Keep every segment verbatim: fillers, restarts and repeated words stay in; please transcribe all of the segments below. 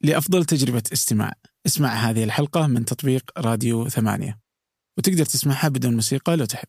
لأفضل تجربة استماع. اسمع هذه الحلقة من تطبيق راديو ثمانية، وتقدر تسمعها بدون موسيقى لو تحب.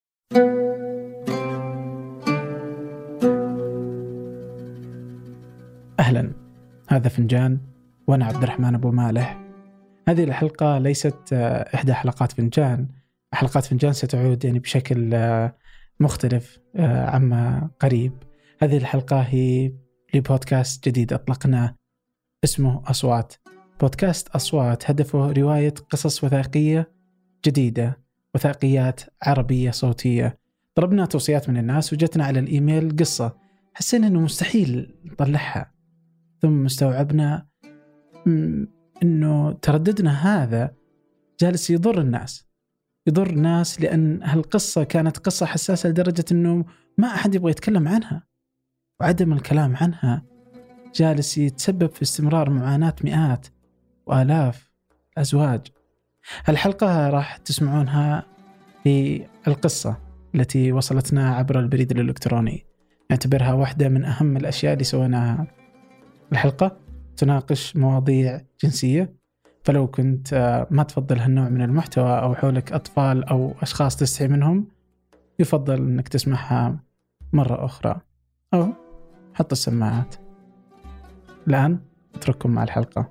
أهلا، هذا فنجان وأنا عبد الرحمن أبو مالح. هذه الحلقة ليست إحدى حلقات فنجان. حلقات فنجان ستعود يعني بشكل مختلف عما قريب. هذه الحلقة هي لبودكاست جديد أطلقناه اسمه أصوات. بودكاست أصوات هدفه رواية قصص وثائقية جديدة، وثائقيات عربية صوتية. طلبنا توصيات من الناس وجتنا على الإيميل قصة حسينا أنه مستحيل نطلعها، ثم استوعبنا أنه ترددنا هذا جالس يضر الناس يضر الناس لأن هالقصة كانت قصة حساسة لدرجة أنه ما أحد يبغى يتكلم عنها، وعدم الكلام عنها جالس يتسبب في استمرار معاناة مئات وآلاف أزواج. الحلقة راح تسمعونها في القصة التي وصلتنا عبر البريد الإلكتروني، نعتبرها واحدة من أهم الأشياء اللي سويناها. الحلقة تناقش مواضيع جنسية، فلو كنت ما تفضل هالنوع من المحتوى أو حولك أطفال أو أشخاص تستحي منهم، يفضل أنك تسمعها مرة أخرى أو حط السماعات. الآن أترككم مع الحلقة.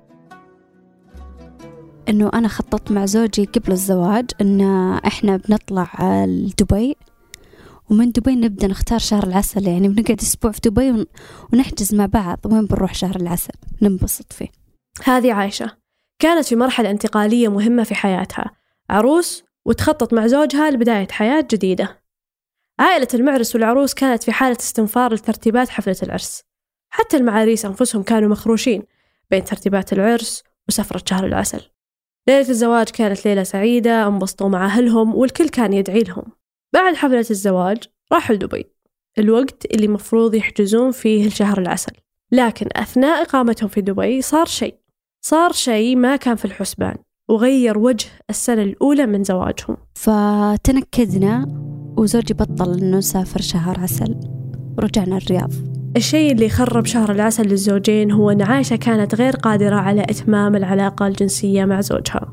إنه أنا خططت مع زوجي قبل الزواج إن إحنا بنطلع لدبي، ومن دبي نبدأ نختار شهر العسل، يعني بنقعد أسبوع في دبي ونحجز مع بعض وين بنروح شهر العسل ننبسط فيه. هذه عايشة كانت في مرحلة انتقالية مهمة في حياتها، عروس وتخطط مع زوجها لبداية حياة جديدة. عائلة المعرس والعروس كانت في حالة استنفار لترتيبات حفلة العرس، حتى المعاريس أنفسهم كانوا مخروشين بين ترتيبات العرس وسفرة شهر العسل. ليلة الزواج كانت ليلة سعيدة، انبسطوا مع أهلهم والكل كان يدعي لهم. بعد حفلة الزواج راحوا لدبي، الوقت اللي مفروض يحجزون فيه لشهر العسل، لكن أثناء إقامتهم في دبي صار شيء صار شيء ما كان في الحسبان، وغير وجه السنة الأولى من زواجهم. فتنكدنا وزوجي بطل إنه نسافر شهر عسل ورجعنا الرياض. الشيء اللي خرب شهر العسل للزوجين هو أن عايشة كانت غير قادرة على إتمام العلاقة الجنسية مع زوجها.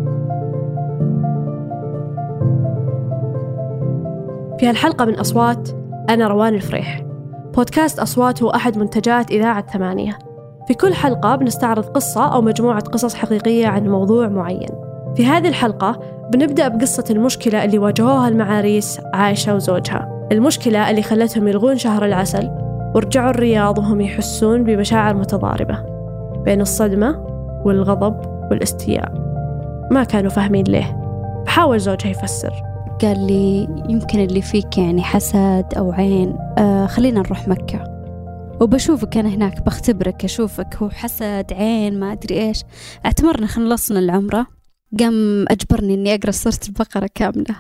في هالحلقة من أصوات، أنا روان الفريح. بودكاست أصوات هو أحد منتجات إذاعة ثمانية. في كل حلقة بنستعرض قصة أو مجموعة قصص حقيقية عن موضوع معين. في هذه الحلقة بنبدأ بقصة المشكلة اللي واجهوها المعاريس عايشة وزوجها، المشكلة اللي خلتهم يلغون شهر العسل ورجعوا الرياض وهم يحسون بمشاعر متضاربة بين الصدمة والغضب والاستياء، ما كانوا فاهمين ليه. حاول زوجها يفسر، قال لي يمكن اللي فيك يعني حسد أو عين، آه خلينا نروح مكة وبشوفك أنا هناك، بختبرك أشوفك هو حسد عين ما أدري إيش. اعتمرنا خلصنا العمرة، قام أجبرني أني أقرأ سورة البقرة كاملة.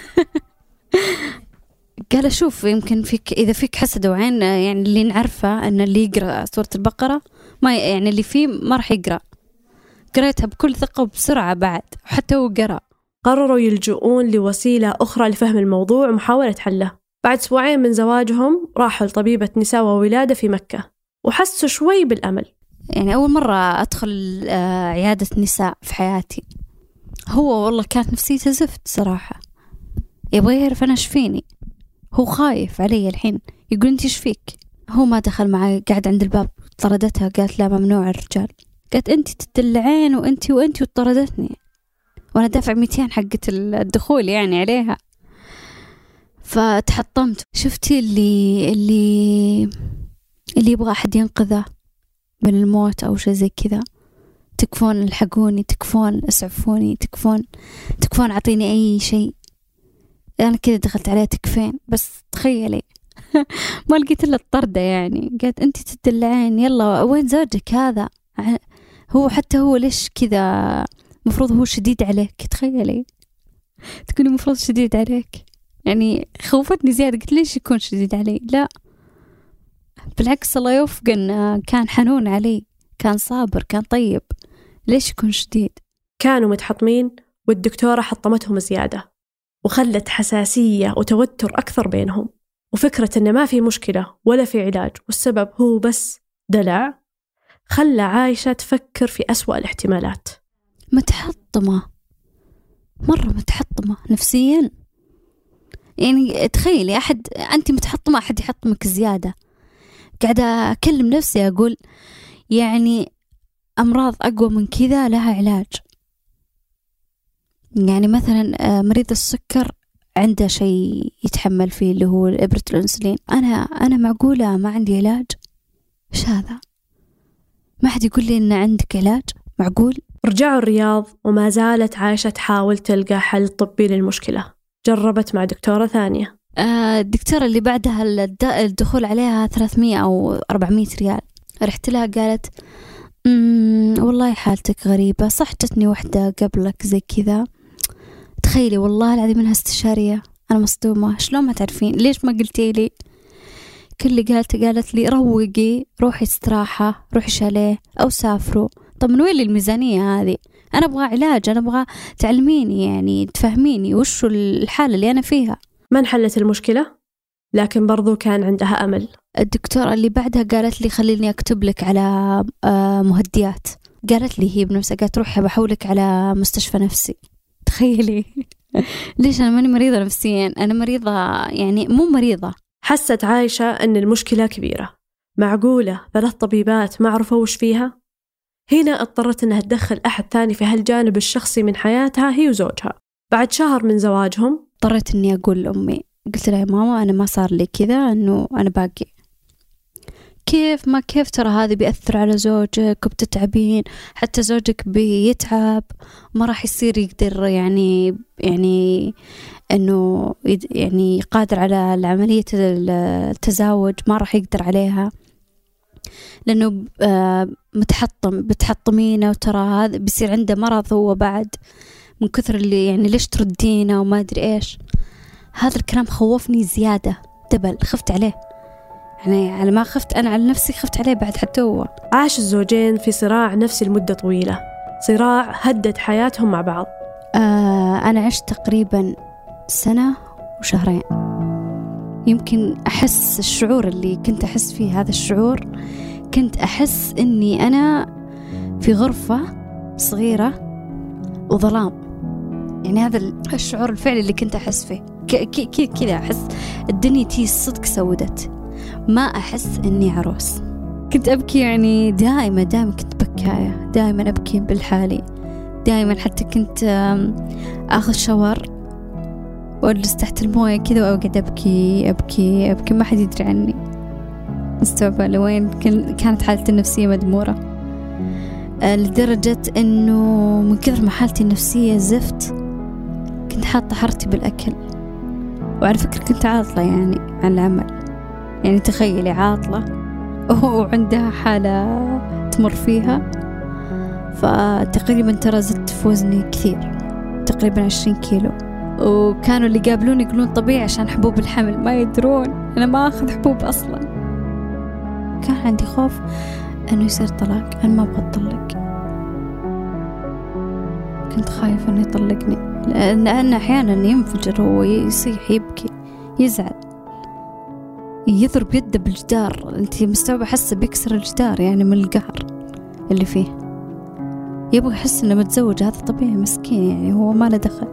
قال أشوف يمكن فيك، إذا فيك حسد وعين يعني اللي نعرفه أن اللي يقرأ سورة البقرة ما يعني اللي فيه ما راح يقرأ. قرأتها بكل ثقة وبسرعة بعد، وحتى هو قرأ. قرروا يلجؤون لوسيلة أخرى لفهم الموضوع ومحاولة حله. بعد أسبوعين من زواجهم راحوا لطبيبة نساء وولادة في مكة وحسوا شوي بالأمل. يعني أول مرة أدخل عيادة نساء في حياتي، هو والله كانت نفسيته زفت صراحة، يبغى يعرف أنا شفيني، هو خايف علي الحين، يقول أنت شفيك. هو ما دخل معي، قاعد عند الباب، طردتها قالت لا ممنوع الرجال، قالت أنت تدلعين وأنت وأنت وطردتني، وأنا دافع مئتين حقة الدخول يعني عليها. فتحطمت. شفتي اللي اللي اللي يبغى أحد ينقذه من الموت أو شيء زي كذا، تكفون الحقوني، تكفون اسعفوني، تكفون تكفون عطيني أي شيء. أنا كذا دخلت عليه تكفين، بس تخيلي ما لقيت إلا الطردة. يعني قالت أنت تدلعين، يلا وين زوجك هذا؟ هو حتى هو ليش كذا؟ مفروض هو شديد عليك. تخيلي تكوني مفروض شديد عليك، يعني خوفتني زيادة. قلت ليش يكون شديد علي؟ لا بالعكس، الله يوفق إنه كان حنون علي، كان صابر، كان طيب، ليش يكون شديد؟ كانوا متحطمين والدكتورة حطمتهم زيادة وخلت حساسية وتوتر أكثر بينهم، وفكرة إن ما في مشكلة ولا في علاج والسبب هو بس دلع خلى عايشة تفكر في أسوأ الاحتمالات. متحطمة، مرة متحطمة نفسيا. يعني تخيلي أحد، أنت متحطمة، أحد يحطمك زيادة. قاعدة أكلم نفسي أقول يعني أمراض أقوى من كذا لها علاج. يعني مثلا مريض السكر عنده شيء يتحمل فيه اللي هو إبرة الأنسولين. أنا أنا معقولة ما عندي علاج؟ إيش هذا؟ ما حد يقول لي إن عندك علاج؟ معقول؟ رجعوا الرياض وما زالت عايشة تحاول تلقى حل طبي للمشكلة. جربت مع دكتورة ثانية. الدكتورة اللي بعدها الدخول عليها ثلاثمية أو أربعمية ريال. رحت لها قالت والله حالتك غريبة، صح جتني وحدة قبلك زي كذا. تخيلي والله العظيم إنها استشارية. أنا مصدومة، شلون ما تعرفين؟ ليش ما قلتي لي؟ كل اللي قالته قالت لي روقي، روحي استراحة، روحي شاليه أو سافروا. طب من وين لي الميزانية هذه؟ أنا أبغى علاج، أنا أبغى تعلميني، يعني تفهميني وشو الحالة اللي أنا فيها. ما انحلت المشكلة، لكن برضو كان عندها أمل. الدكتورة اللي بعدها قالت لي خليني أكتب لك على مهدئات. قالت لي هي بنفسها، قالت روحي بحولك على مستشفى نفسي. تخيلي ليش أنا ماني مريضة نفسيا، أنا مريضة يعني مو مريضة. حست عايشة أن المشكلة كبيرة. معقولة ثلاث طبيبات ما عرفوا وش فيها؟ هنا اضطرت أنها تدخل أحد ثاني في هالجانب الشخصي من حياتها، هي وزوجها. بعد شهر من زواجهم اضطريت أني أقول لأمي، قلت لها يا ماما أنا ما صار لي كذا، أنه أنا باقي. كيف ما كيف، ترى هذا بيأثر على زوجك وبتتعبين، حتى زوجك بيتعب وما راح يصير يقدر يعني يعني أنه يعني قادر على العملية التزاوج، ما راح يقدر عليها لأنه متحطم، بتحطمينه، وترى هذا بيصير عنده مرض هو بعد من كثر اللي يعني ليش تردينه وما أدري إيش. هذا الكلام خوفني زيادة دبل، خفت عليه. يعني على ما خفت أنا على نفسي، خفت عليه بعد حتى هو. عاش الزوجين في صراع نفسي لمدة طويلة، صراع هدد حياتهم مع بعض. آه أنا عشت تقريبا سنة وشهرين. يمكن أحس الشعور اللي كنت أحس فيه، هذا الشعور كنت أحس إني أنا في غرفة صغيرة وظلام. يعني هذا الشعور الفعلي اللي كنت أحس فيه، كذا أحس الدنيا تي صدق سودت، ما أحس إني عروس. كنت أبكي يعني دائما دائما كنت بكاية، دائما أبكي بالحالي دائما. حتى كنت أخذ شاور وأجلس تحت الموية كذا وأقعد أبكي أبكي أبكي، ما حد يدري عني. مستوعبة لوين كانت حالتي النفسية مدمورة، لدرجة إنه من كثر ما حالتي النفسية زفت كنت حاطة حرتي بالأكل. وعلى فكرة كنت عاطلة يعني عن العمل، يعني تخيلي عاطلة وعندها حالة تمر فيها. فتقريبا ترى زدت في وزني كثير، تقريبا عشرين كيلو. وكانوا اللي قابلوني يقولون طبيعي عشان حبوب الحمل، ما يدرون أنا ما أخذ حبوب أصلا. كان عندي خوف أنه يصير طلاق، أنا ما أبغى أطلق. كنت خايفة أنه يطلقني، لأن أحيانا ينفجر هو، يصيح يبكي يزعل يضرب يده بالجدار. أنت مستوعبة، حاسة بيكسر الجدار يعني من القهر اللي فيه. يبغى يحس إنه متزوج، هذا طبيعي مسكين يعني، هو ما له دخل.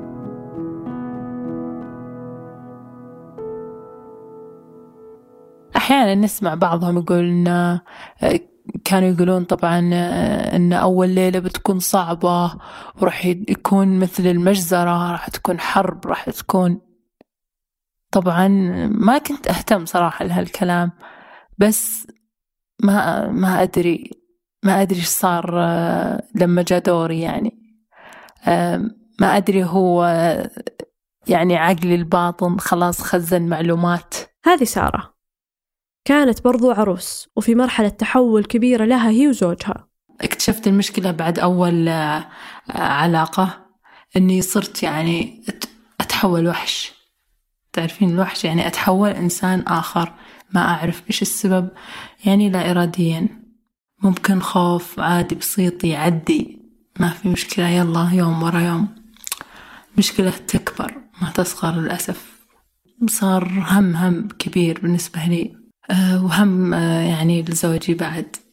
أحيانا نسمع بعضهم يقول إن كانوا يقولون طبعا إن أول ليلة بتكون صعبة وراح يكون مثل المجزرة، راح تكون حرب، راح تكون. طبعا ما كنت أهتم صراحة لهالكلام، بس ما ما أدري ما أدري إيش صار لما جاء دوري. يعني ما أدري، هو يعني عقلي الباطن خلاص خزن معلومات. هذه سارة كانت برضو عروس وفي مرحلة تحول كبيرة لها هي وزوجها. اكتشفت المشكلة بعد أول علاقة، أني صرت يعني أتحول وحش. تعرفين الوحش يعني أتحول إنسان آخر، ما أعرف إيش السبب، يعني لا إراديا. ممكن خوف عادي بسيط يعدي، ما في مشكلة، يلا يوم ورا يوم. مشكلة تكبر ما تصغر للأسف. صار هم هم كبير بالنسبة لي، أه وهم أه يعني لزوجي بعد.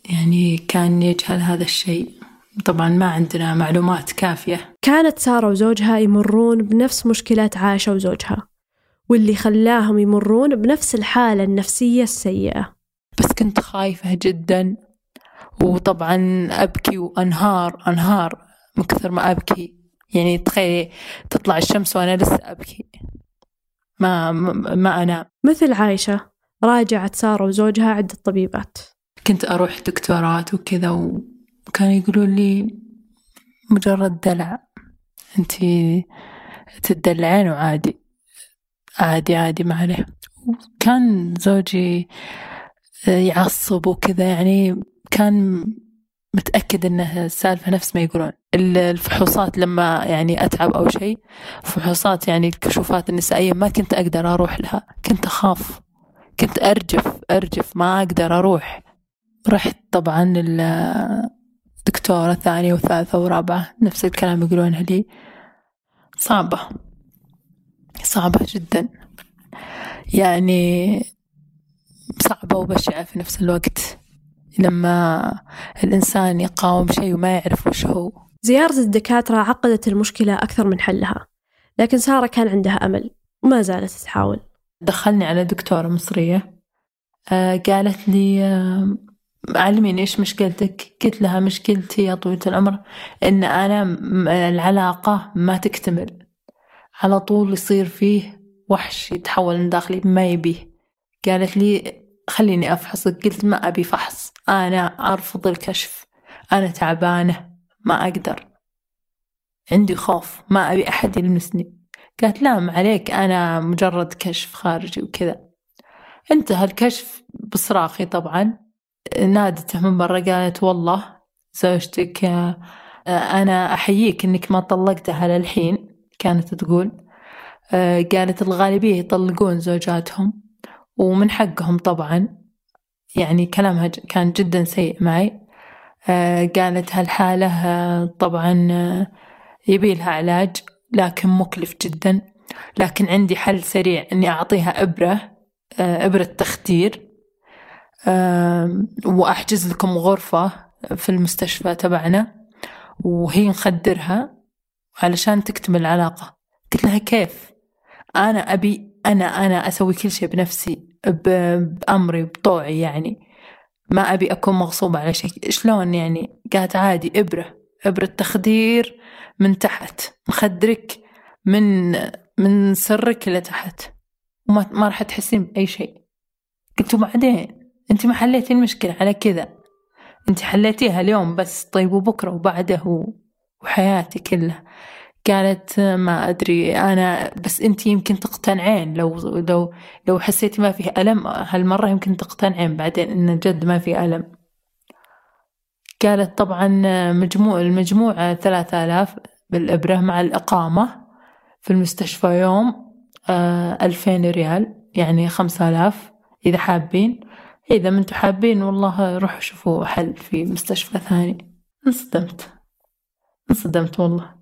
يعني كان يجهل هذا الشيء. طبعا ما عندنا معلومات كافية. كانت سارة وزوجها يمرون بنفس مشكلات عائشة وزوجها، واللي خلاهم يمرون بنفس الحالة النفسية السيئة. بس كنت خايفة جدا، وطبعا أبكي وأنهار أنهار من كثر ما أبكي. يعني تخيلي تطلع الشمس وأنا لسه أبكي، ما ما أنام. مثل عائشة راجعت سارة وزوجها عدة طبيبات. كنت أروح دكتورات وكذا، وكانوا يقولوا لي مجرد دلع، أنتي تدلعين وعادي عادي عادي ما عليه. كان زوجي يعصب وكذا، يعني كان متأكد أنها السالفة نفس ما يقولون. الفحوصات لما يعني أتعب أو شيء، فحوصات يعني الكشوفات النسائية ما كنت أقدر أروح لها، كنت أخاف، كنت أرجف أرجف ما أقدر أروح. رحت طبعا الدكتورة ثانية وثالثة ورابعة، نفس الكلام يقولونها لي. صعبة صعبة جدا، يعني صعبة وبشعة في نفس الوقت لما الإنسان يقاوم شيء وما يعرف وش هو. زيارة الدكاترة عقدت المشكلة أكثر من حلها، لكن سارة كان عندها أمل وما زالت تحاول. دخلني على دكتورة مصرية، آه قالت لي آه علميني إيش مشكلتك. قلت لها مشكلتي يا طويلة العمر إن أنا العلاقة ما تكتمل، على طول يصير فيه وحش يتحول من داخلي ما يبيه. قالت لي خليني أفحصك. قلت ما أبي فحص، أنا أرفض الكشف، أنا تعبانة ما أقدر، عندي خوف، ما أبي أحد يلمسني. قالت لا ما عليك، أنا مجرد كشف خارجي وكذا. انتهى الكشف بصراخي طبعا. نادته من برا قالت والله زوجتك أنا أحييك إنك ما طلقتها للحين. كانت تقول قالت الغالبية يطلقون زوجاتهم ومن حقهم طبعا، يعني كلامها كان جدا سيء معي. قالت هالحالة طبعا يبيلها علاج لكن مكلف جدا، لكن عندي حل سريع إني أعطيها إبرة إبرة تخدير، وأحجز لكم غرفة في المستشفى تبعنا وهي نخدرها علشان تكتمل العلاقة. قلت لها كيف؟ أنا أبي أنا أنا أسوي كل شيء بنفسي بأمري بطوعي، يعني ما أبي أكون مغصوبة على شيء. شلون يعني؟ قالت عادي، إبرة إبرة تخدير من تحت، مخدرك من من سرك إلى تحت وما ما راح تحسين بأي شيء. قلت بعدين أنت ما حليتي المشكلة على كذا، أنت حليتيها اليوم بس، طيب وبكرة وبعده وحياتي كلها. قالت ما أدري أنا، بس أنت يمكن تقتنعين لو لو لو حسيتي ما فيه ألم هالمرة يمكن تقتنعين بعدين إن جد ما فيه ألم. قالت طبعا مجموع المجموعة ثلاثة آلاف بالإبرة مع الإقامة في المستشفى يوم آه ألفين ريال، يعني خمسة آلاف إذا حابين. إذا ما انتوا حابين والله روحوا شوفوا حل في مستشفى ثاني. انصدمت انصدمت والله.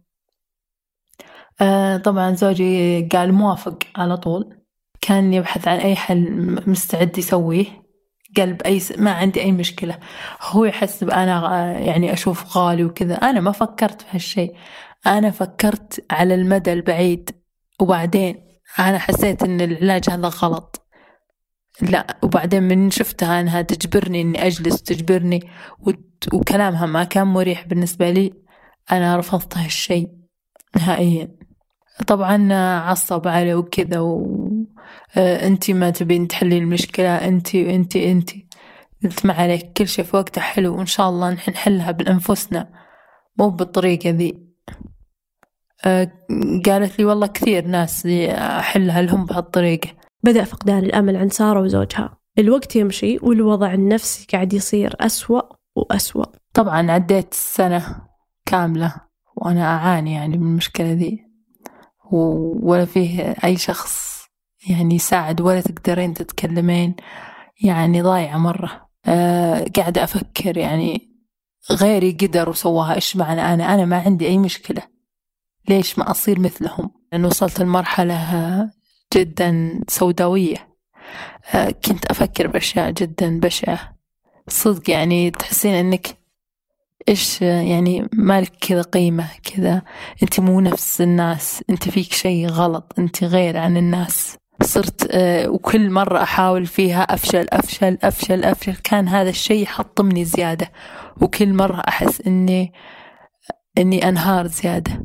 آه طبعا زوجي قال موافق على طول، كان يبحث عن أي حل مستعد يسويه. قال بأي س... ما عندي أي مشكلة. هو يحسب أنا يعني أشوف غالي وكذا، أنا ما فكرت في هالشيء، أنا فكرت على المدى البعيد. وبعدين أنا حسيت إن العلاج هذا غلط، لا. وبعدين من شفتها أنها تجبرني إني أجلس تجبرني و... وكلامها ما كان مريح بالنسبة لي، أنا رفضت هالشيء نهائيا. طبعا عصب علي وكذا، وأنتي ما تبين تحلي المشكلة، أنتي أنتي أنتي. قلت ما عليك، كل شيء في وقته حلو، وإن شاء الله نحن نحلها بأنفسنا مو بالطريقة ذي. أه قالت لي والله كثير ناس أحلها لهم بهالطريقة. بدأ فقدان الأمل عند سارة وزوجها، الوقت يمشي والوضع النفسي قاعد يصير أسوأ وأسوأ. طبعا عديت سنة كاملة وأنا أعاني يعني من المشكلة ذي، ولا فيه أي شخص يعني يساعد، ولا تقدرين تتكلمين، يعني ضايعة مرة. أه قاعدة أفكر يعني غيري قدر وسواها، إيش معنى أنا أنا ما عندي أي مشكلة، ليش ما أصير مثلهم؟ لأن وصلت لمرحلة جدا سوداوية. أه كنت أفكر بأشياء جدا بشعة، صدق يعني تحسين أنك إيش يعني مالك كذا قيمة كذا، أنت مو نفس الناس، أنت فيك شيء غلط، أنت غير عن الناس. صرت آه وكل مرة أحاول فيها أفشل أفشل أفشل أفشل، كان هذا الشيء حطمني زيادة، وكل مرة أحس إني إني أنهار زيادة.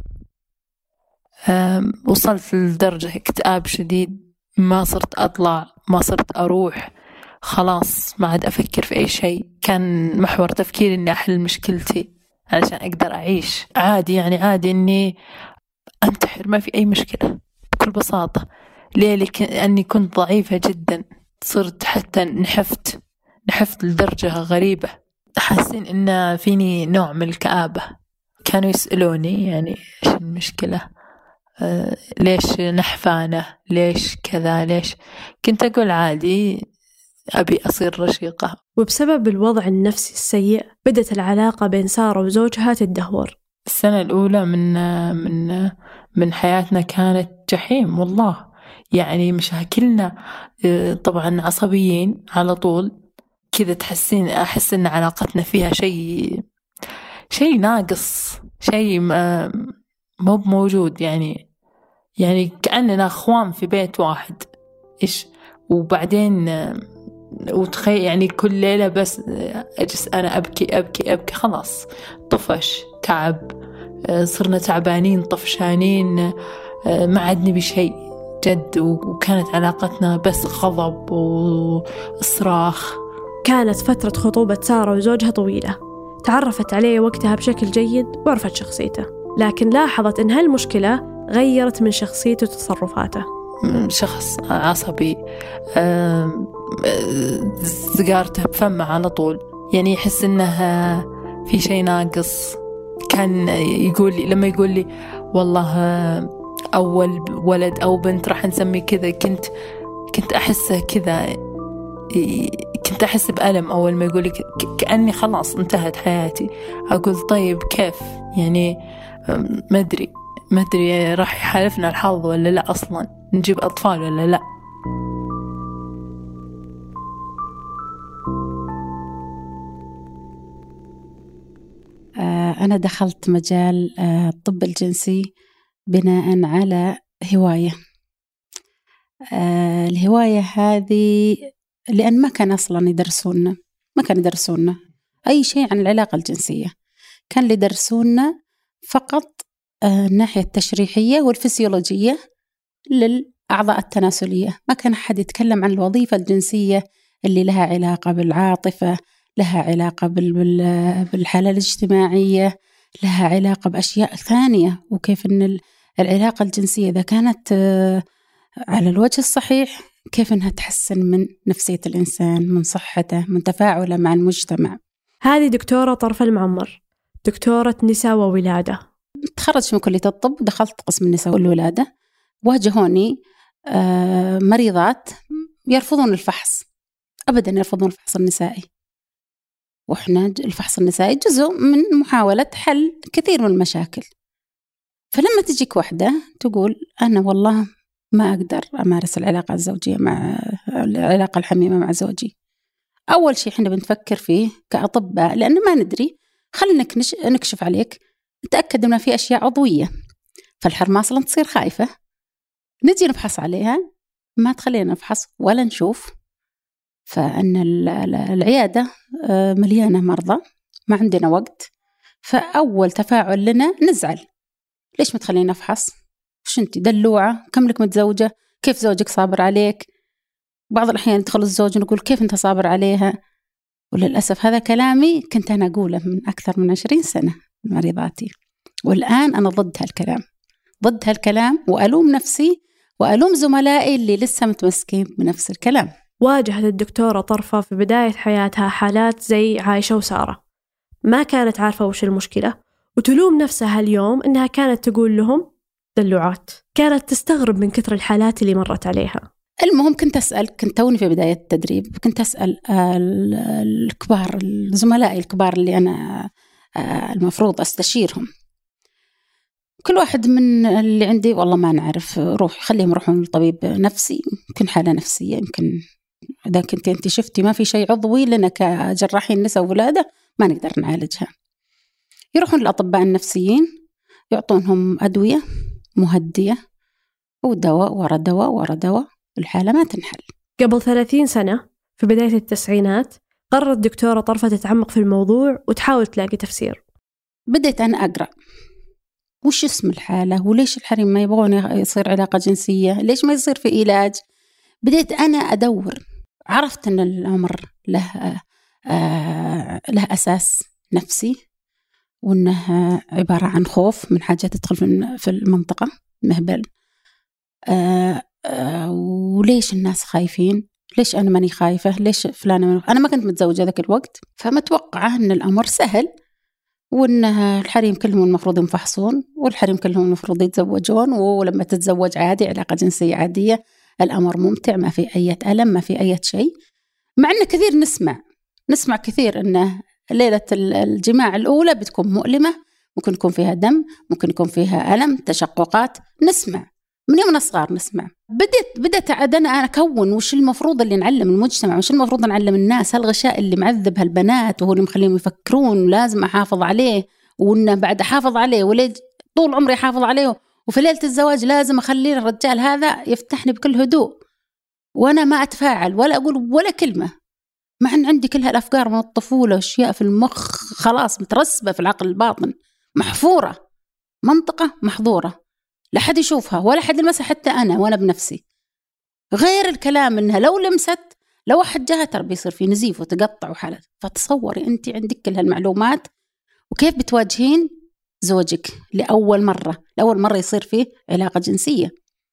وصلت لدرجة اكتئاب شديد، ما صرت أطلع، ما صرت أروح، خلاص ما عاد أفكر في أي شيء. كان محور تفكيري إني أحل مشكلتي علشان أقدر أعيش عادي، يعني عادي إني أنتحر، ما في أي مشكلة بكل بساطة. ليه؟ لأني كنت ضعيفة جدا، صرت حتى نحفت نحفت لدرجة غريبة. حاسين إن فيني نوع من الكآبة. كانوا يسألوني يعني إيش المشكلة، آه ليش نحفانة، ليش كذا، ليش؟ كنت أقول عادي أبي أصير رشيقة. وبسبب الوضع النفسي السيء بدت العلاقة بين سارة وزوجها تدهور. السنة الأولى من من من حياتنا كانت جحيم والله، يعني مشاكلنا طبعا عصبيين على طول كذا، تحسين أحس إن علاقتنا فيها شيء شيء ناقص، شيء مو موجود، يعني يعني كأننا أخوان في بيت واحد. إيش وبعدين وتخيل يعني كل ليلة بس أجلس أنا أبكي أبكي أبكي، خلاص طفش تعب، صرنا تعبانين طفشانين، ما عاد نبي شيء جد، وكانت علاقتنا بس غضب وصراخ. كانت فترة خطوبة سارة وزوجها طويلة، تعرفت عليه وقتها بشكل جيد وعرفت شخصيته، لكن لاحظت إن هالمشكلة غيرت من شخصيته وتصرفاته. شخص عصبي، سيجارته بفمه على طول، يعني يحس إنه في شيء ناقص. كان يقول لي لما يقول لي والله أول ولد أو بنت راح نسمي كذا، كنت كنت أحسه كذا، كنت أحس بألم أول ما يقول لي، كأني خلاص انتهت حياتي. أقول طيب كيف يعني، ما أدري ما أدري راح يحالفنا الحظ ولا لا، أصلا نجيب أطفال ولا لا. أنا دخلت مجال الطب الجنسي بناء على هواية. الهواية هذه لأن ما كان أصلا يدرسونا ما كان يدرسونا أي شيء عن العلاقة الجنسية، كان اللي يدرسونا فقط الناحية التشريحية والفسيولوجية للأعضاء التناسلية. ما كان أحد يتكلم عن الوظيفة الجنسية اللي لها علاقة بالعاطفة، لها علاقة بالحالة الاجتماعية، لها علاقة بأشياء ثانية، وكيف أن العلاقة الجنسية إذا كانت على الوجه الصحيح كيف أنها تحسن من نفسية الإنسان، من صحته، من تفاعله مع المجتمع. هذه دكتورة طرفة المعمر، دكتورة نساء وولادة، تخرجت من كلية الطب ودخلت قسم النساء والولادة. واجهوني مريضات يرفضون الفحص، أبدا يرفضون الفحص النسائي، وإحنا الفحص النسائي جزء من محاولة حل كثير من المشاكل. فلما تجيك واحدة تقول أنا والله ما أقدر أمارس العلاقة الزوجية مع العلاقة الحميمة مع زوجي، أول شيء إحنا بنفكر فيه كأطباء لأن ما ندري، خلينا نكشف عليك نتأكد أن في أشياء عضوية، فالحرمة أصلا تصير خايفة، نجي نفحص عليها ما تخلينا نفحص ولا نشوف. فأن العيادة مليانة مرضى ما عندنا وقت، فأول تفاعل لنا نزعل، ليش ما تخلينا نفحص؟ وش أنت دلوعة؟ كم لك متزوجة؟ كيف زوجك صابر عليك؟ بعض الأحيان يدخل الزوج نقول كيف أنت صابر عليها؟ وللأسف هذا كلامي كنت أنا أقوله من أكثر من عشرين سنة مريضاتي، والآن أنا ضد هالكلام، ضد هالكلام، وألوم نفسي وألوم زملائي اللي لسه متمسكين بنفس الكلام. واجهت الدكتورة طرفة في بداية حياتها حالات زي عايشة وسارة، ما كانت عارفة وش المشكلة، وتلوم نفسها اليوم إنها كانت تقول لهم دلوعات. كانت تستغرب من كثر الحالات اللي مرت عليها. المهم كنت أسأل، كنت توني في بداية التدريب، كنت أسأل الكبار الزملاء الكبار اللي أنا المفروض أستشيرهم، كل واحد من اللي عندي والله ما نعرف، روح خليهم يروحون لطبيب نفسي، يمكن حالة نفسية، يمكن إذا كنت أنت شفتي ما في شيء عضوي لنا كجراحين نساء وولادة ما نقدر نعالجها. يروحون للأطباء النفسيين يعطونهم أدوية مهدية ودواء ورا دواء ورا دواء، الحالة ما تنحل. قبل ثلاثين سنة في بداية التسعينات قررت دكتورة طرفة تتعمق في الموضوع وتحاول تلاقي تفسير. بديت أنا أقرأ وش اسم الحالة، وليش الحريم ما يبغون يصير علاقة جنسية، ليش ما يصير في علاج. بديت أنا أدور، عرفت أن الأمر له آه له أساس نفسي، وأنه عبارة عن خوف من حاجة تدخل في المنطقة مهبل. آه آه وليش الناس خايفين، ليش أنا ماني خايفة، ليش فلانة من... أنا ما كنت متزوجة ذاك الوقت، فمتوقعة أن الأمر سهل، وأن الحريم كلهم المفروض ينفحصون، والحريم كلهم المفروض يتزوجون، ولما تتزوج عادي علاقة جنسية عادية، الأمر ممتع، ما في أي ألم، ما في أي شيء. مع أن كثير نسمع نسمع كثير أن ليلة الجماع الأولى بتكون مؤلمة، ممكن يكون فيها دم، ممكن يكون فيها ألم، تشققات، نسمع من يوم صغار نسمع. بدأت بدأت عاد أنا أكون وش المفروض اللي نعلم المجتمع، وش المفروض نعلم الناس. هالغشاء اللي معذب هالبنات وهو اللي مخليهم يفكرون لازم أحافظ عليه، وإنه بعد أحافظ عليه وليه طول عمري أحافظ عليه، وفي ليلة الزواج لازم أخلي الرجال هذا يفتحني بكل هدوء، وأنا ما أتفاعل ولا أقول ولا كلمة، مع أن عندي كل هالأفكار من الطفولة، أشياء في المخ خلاص مترسبة في العقل الباطن، محفورة، منطقة محظورة، لا حد يشوفها ولا حد يلمسها، حتى أنا وأنا بنفسي. غير الكلام إنها لو لمست لو واحد جاها ترى بيصير في نزيف وتقطع وحالة. فتصوري أنت عندك كل هالمعلومات وكيف بتواجهين زوجك لأول مرة لأول مرة يصير فيه علاقة جنسية.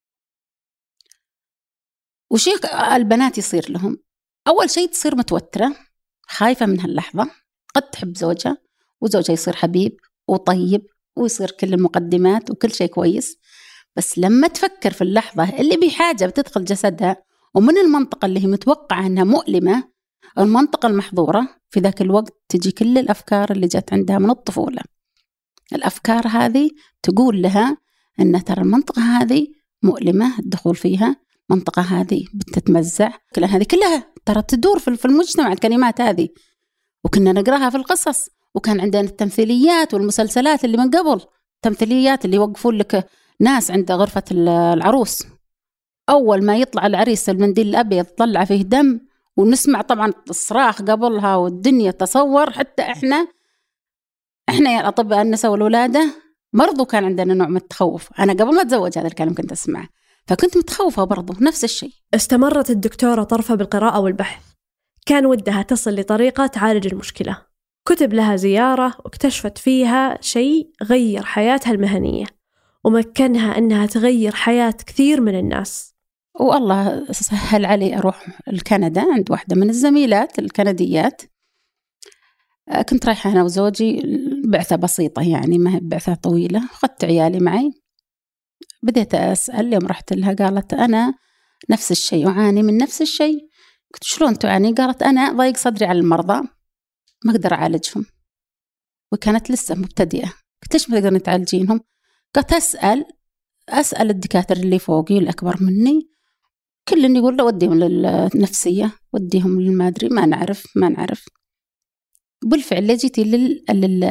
وشيء البنات يصير لهم أول شيء تصير متوترة خايفة من هاللحظة، قد تحب زوجها وزوجها يصير حبيب وطيب ويصير كل المقدمات وكل شيء كويس، بس لما تفكر في اللحظة اللي بحاجة بتدخل جسدها ومن المنطقة اللي هي متوقعة أنها مؤلمة، المنطقة المحظورة، في ذاك الوقت تجي كل الأفكار اللي جت عندها من الطفولة. الأفكار هذه تقول لها أن ترى المنطقة هذه مؤلمة الدخول فيها، المنطقة هذه بتتمزع، كل هذه كلها ترى تدور في المجتمع الكلمات هذه، وكنا نقراها في القصص، وكان عندنا التمثيليات والمسلسلات اللي من قبل، تمثيليات اللي يوقفون لك ناس عند غرفة العروس، أول ما يطلع العريس المنديل الأبيض طلع فيه دم، ونسمع طبعا الصراخ قبلها والدنيا تصور. حتى إحنا إحنا يا أطباء النساء والولادة برضو كان عندنا نوع من التخوف. أنا قبل ما أتزوج هذا الكلام كنت أسمع، فكنت متخوفة برضو نفس الشيء. استمرت الدكتورة طرفة بالقراءة والبحث، كان ودها تصل لطريقة تعالج المشكلة. كتب لها زيارة واكتشفت فيها شيء غير حياتها المهنية ومكنها أنها تغير حياة كثير من الناس. والله سهل علي أروح لكندا عند واحدة من الزميلات الكنديات. كنت رايحة أنا وزوجي بعثة بسيطة، يعني ما هي بعثة طويلة، خدت عيالي معي. بديت أسأل يوم رحت لها، قالت أنا نفس الشيء، أعاني من نفس الشيء. قلت شلون تعاني؟ قالت أنا ضيق صدري على المرضى، ما أقدر أعالجهم، وكانت لسه مبتدئة. قلت ليش ما تقدر تعالجينهم؟ قلت أسأل أسأل الدكاترة اللي فوقي الأكبر مني، كل اللي يقول له وديهم للنفسية، وديهم للمادري، ما نعرف ما نعرف. بالفعل جيتي لل... لل...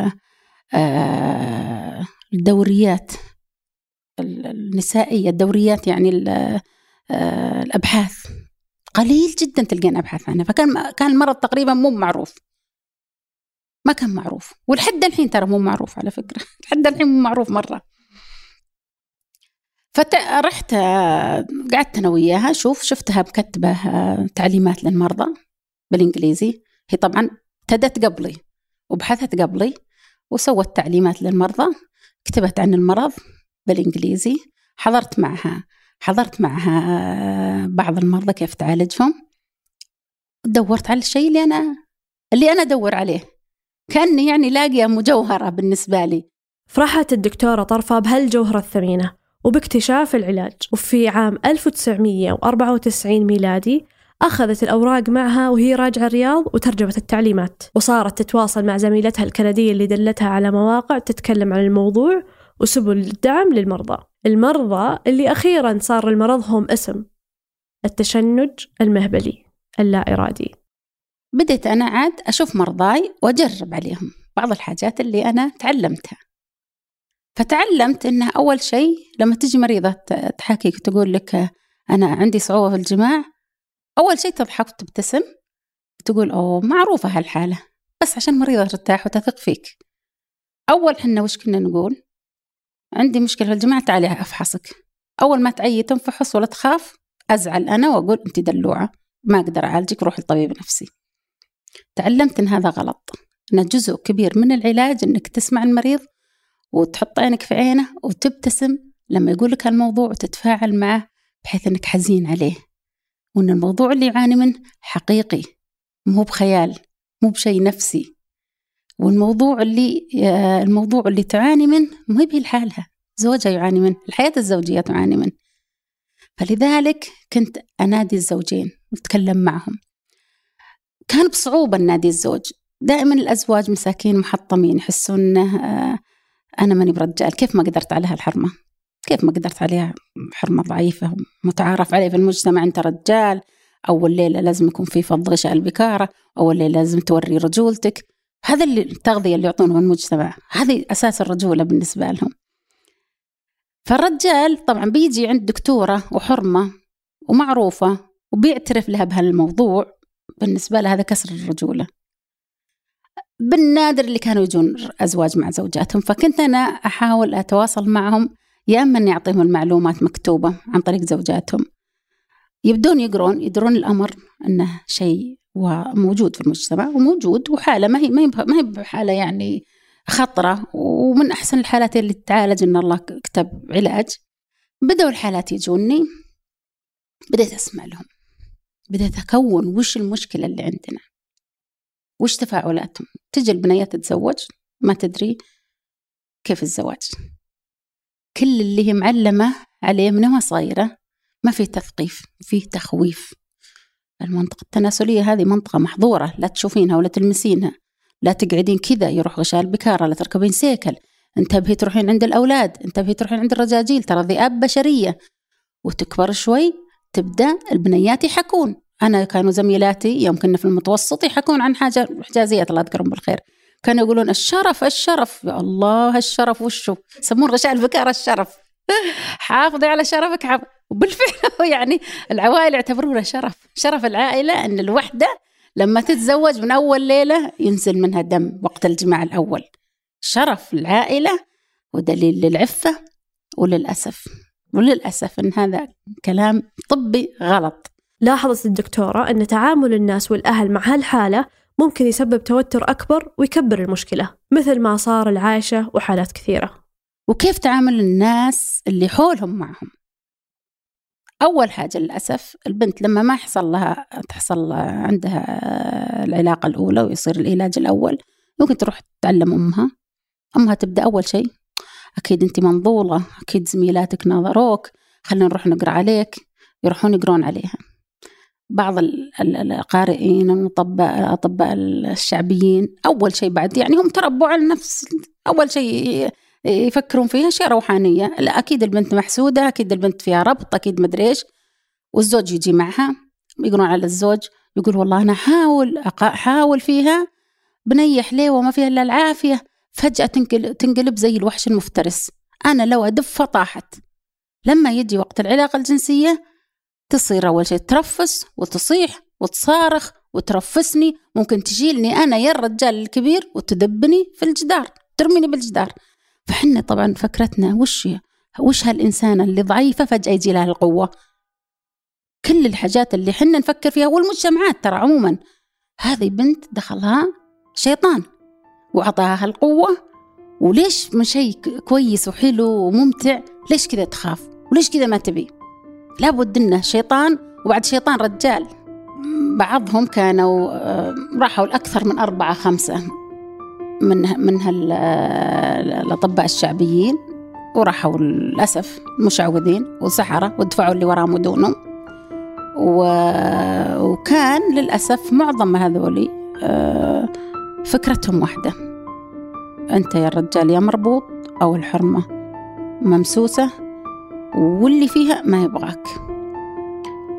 آه... الدوريات النسائية، الدوريات يعني ال... آه... الأبحاث قليل جدا تلقين أبحاث عنها، فكان كان المرض تقريبا مو معروف، ما كان معروف، ولحد الحين ترى مو معروف على فكرة، لحد الحين مو معروف مرة. فرحت قعدت أنا وياها، شوف شفتها مكتبة تعليمات للمرضى بالإنجليزي، هي طبعا ابتدت قبلي وبحثت قبلي وسوت تعليمات للمرضى، كتبت عن المرض بالإنجليزي، حضرت معها حضرت معها بعض المرضى كيف تعالجهم، دورت على الشيء اللي أنا اللي أنا أدور عليه، كأني يعني لاقية مجوهرة بالنسبة لي. فرحت الدكتورة طرفة بهالجوهرة الثمينة وباكتشاف العلاج، وفي عام ألف وتسعمية وأربعة وتسعين ميلادي أخذت الأوراق معها وهي راجعة الرياض وترجمت التعليمات، وصارت تتواصل مع زميلتها الكندية اللي دلتها على مواقع تتكلم عن الموضوع وسبل الدعم للمرضى. المرضى اللي أخيراً صار لمرضهم اسم التشنج المهبلي اللا إرادي. بديت أنا عاد أشوف مرضاي وأجرب عليهم بعض الحاجات اللي أنا تعلمتها. فتعلمت إنها أول شيء لما تجي مريضة تحاكيك وتقول لك أنا عندي صعوبة في الجماع، أول شيء تضحك وتبتسم تقول أوه معروفة هالحالة، بس عشان مريضة ترتاح وتثق فيك. أول حنا وش كنا نقول؟ عندي مشكلة في الجماع، تعالي أفحصك. أول ما تعي تنفحص ولا تخاف أزعل أنا وأقول أنت دلوعة ما أقدر أعالجك، روح لطبيب نفسي. تعلمت إن هذا غلط، إن جزء كبير من العلاج إنك تسمع المريض وتحط عينك في عينه وتبتسم لما يقولك هالموضوع وتتفاعل معه بحيث إنك حزين عليه، وإن الموضوع اللي يعاني منه حقيقي مو بخيال مو بشيء نفسي، والموضوع اللي الموضوع اللي تعاني منه مو هي لحالها، زوجها يعاني منه، الحياة الزوجية تعاني منه. فلذلك كنت أنادي الزوجين وأتكلم معهم. كان بصعوبة نادي الزوج، دائما الأزواج مساكين محطمين يحسون إنه أنا ماني برجال، كيف ما قدرت عليها الحرمة، كيف ما قدرت عليها حرمة ضعيفة متعارف عليه في المجتمع، أنت رجال، أول ليلة لازم يكون في فض غشاء البكارة، أول ليلة لازم توري رجولتك. هذا اللي التغذية اللي يعطونه المجتمع، هذه أساس الرجولة بالنسبة لهم. فالرجال طبعا بيجي عند دكتورة وحرمة ومعروفة وبيعترف لها بهالموضوع، بالنسبة لها هذا كسر الرجولة. بالنادر اللي كانوا يجون أزواج مع زوجاتهم، فكنت أنا أحاول أتواصل معهم، يا أما أني أعطيهم المعلومات مكتوبة عن طريق زوجاتهم، يبدون يقرون يدرون الأمر أنه شيء وموجود في المجتمع وموجود، وحالة ما هي ما هي بحالة يعني خطرة، ومن أحسن الحالات اللي تتعالج إن الله كتب علاج. بدأوا الحالات يجوني، بديت أسمع لهم، بديت أكون وش المشكلة اللي عندنا، وش تفاعلاتهم. تجي البنيات تتزوج ما تدري كيف الزواج، كل اللي هي معلمة عليه منها صغيرة ما في تثقيف، فيه تخويف. المنطقة التناسلية هذه منطقة محظورة، لا تشوفينها ولا تلمسينها، لا تقعدين كذا يروح غشاء البكارة، لا تركبين سيكل، انتبهي تروحين عند الأولاد، انتبهي تروحين عند الرجاجيل، ترى ذئاب بشرية. وتكبر شوي تبدأ البنيات يحكون. أنا كانوا زميلاتي يوم كنا في المتوسط يحكون عن حاجة حجازية الله يذكرهم بالخير، كانوا يقولون الشرف الشرف، يا الله الشرف وشو يسمون غشاء البكارة الشرف، حافظي على شرفك حافظ. وبالفعل يعني العوائل يعتبرونه شرف، شرف العائلة أن الوحدة لما تتزوج من أول ليلة ينزل منها دم وقت الجماع الأول، شرف العائلة ودليل للعفة. وللأسف وللأسف أن هذا كلام طبي غلط. لاحظت الدكتورة أن تعامل الناس والأهل مع هالحالة ممكن يسبب توتر أكبر ويكبر المشكلة، مثل ما صار العائشة وحالات كثيرة. وكيف تعامل الناس اللي حولهم معهم؟ أول حاجة للأسف البنت لما ما يحصل لها تحصل عندها العلاقة الأولى ويصير العلاج الأول، ممكن تروح تتعلم أمها. أمها تبدأ أول شيء أكيد أنت منظولة، أكيد زميلاتك ناظروك، خلينا نروح نقرأ عليك، يروحون يقرون عليها. بعض القارئين والأطباء الشعبيين أول شيء بعد يعني هم تربوا على النفس، أول شيء يفكرون فيها شيء روحانية، لا أكيد البنت محسودة، أكيد البنت فيها ربط، أكيد مدري إيش. والزوج يجي معها يقولون على الزوج، يقول والله أنا حاول أحاول فيها بنية حليوة وما فيها إلا العافية، فجأة تنقلب, تنقلب زي الوحش المفترس، أنا لو أدفها طاحت. لما يجي وقت العلاقة الجنسية تصير أول شيء ترفس وتصيح وتصارخ وترفسني، ممكن تشيلني أنا يا الرجال الكبير وتدبني في الجدار، ترميني بالجدار. فحنا طبعا فكرتنا وش وش هالإنسانة اللي ضعيفة فجأة يجي لها القوة. كل الحاجات اللي حنا نفكر فيها والمجتمعات ترى عموما، هذه بنت دخلها شيطان وعطاها القوة، وليش من شيء كويس وحلو وممتع ليش كذا تخاف وليش كذا ما تبي؟ لابد إنه شيطان وبعد شيطان رجال. بعضهم كانوا راحوا الأكثر من أربعة خمسة من من هالأطباء الشعبيين، وراحوا للأسف مشعوذين وسحرة ودفعوا اللي وراهم ودونهم. وكان للأسف معظم هذولي فكرتهم واحدة، أنت يا الرجال يا مربوط أو الحرمة ممسوسة واللي فيها ما يبغاك.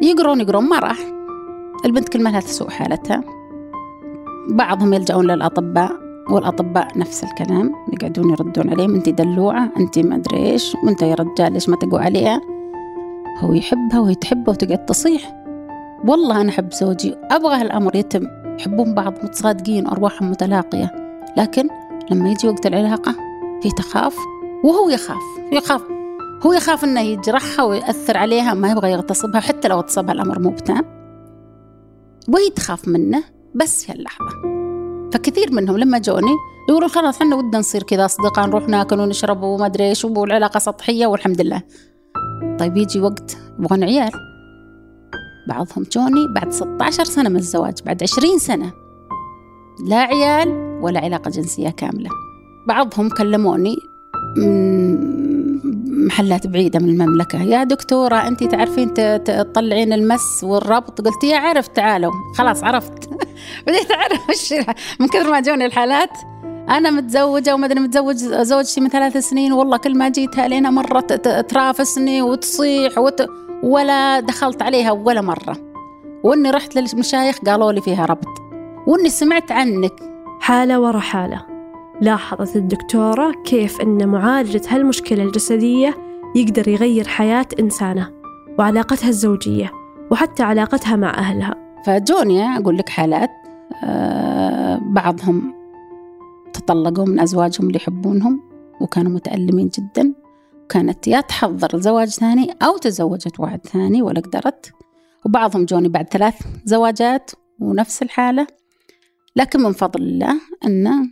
يقرون يقرون ما راح. البنت كل ما لها تسوء حالتها. بعضهم يلجؤون للأطباء، والأطباء نفس الكلام يقعدون يردون عليهم أنت دلوعة، أنت ما أدري إيش، وأنت يا رجال ليش ما تقوى عليها. هو يحبها وهي تحبه وتقعد تصيح. والله أنا أحب زوجي، أبغى هالأمر يتم، يحبون بعض متصادقين أرواحهم متلاقية، لكن لما يجي وقت العلاقة هي تخاف وهو يخاف يخاف هو يخاف أنه يجرحها ويأثر عليها، ما يبغى يغتصبها حتى لو اغتصبها الأمر مو بتام، وهي تخاف منه بس في اللحظة. فكثير منهم لما جوني يقولوا خلاص احنا ودنا نصير كذا أصدقاء، نروح ناكل ونشرب وما أدري إيش، والعلاقة سطحية والحمد لله. طيب يجي وقت يبغون عيال. بعضهم جوني بعد ستة عشر سنة من الزواج، بعد عشرين سنة لا عيال ولا علاقة جنسية كاملة. بعضهم كلموني من محلات بعيدة من المملكة، يا دكتورة أنتي تعرفين تطلعين المس والربط. قلت يا عرف تعالوا، خلاص عرفت. بديت أعرف وش من كثر ما جوني الحالات. أنا متزوجة وما أدري متزوج زوجتي من ثلاث سنين، والله كل ما جيتها لنا مرة ترافسني وتصيح وت... ولا دخلت عليها ولا مرة، وإني رحت للمشايخ قالوا لي فيها ربط، وإني سمعت عنك. حالة ورا حالة لاحظت الدكتورة كيف أن معالجة هالمشكلة الجسدية يقدر يغير حياة إنسانة وعلاقتها الزوجية وحتى علاقتها مع أهلها. فجوني أقول لك حالات آه بعضهم تطلقوا من أزواجهم اللي يحبونهم وكانوا متألمين جدا، وكانت يا تحضر زواج ثاني أو تزوجت واحد ثاني ولا قدرت. وبعضهم جوني بعد ثلاث زواجات ونفس الحالة، لكن من فضل الله أن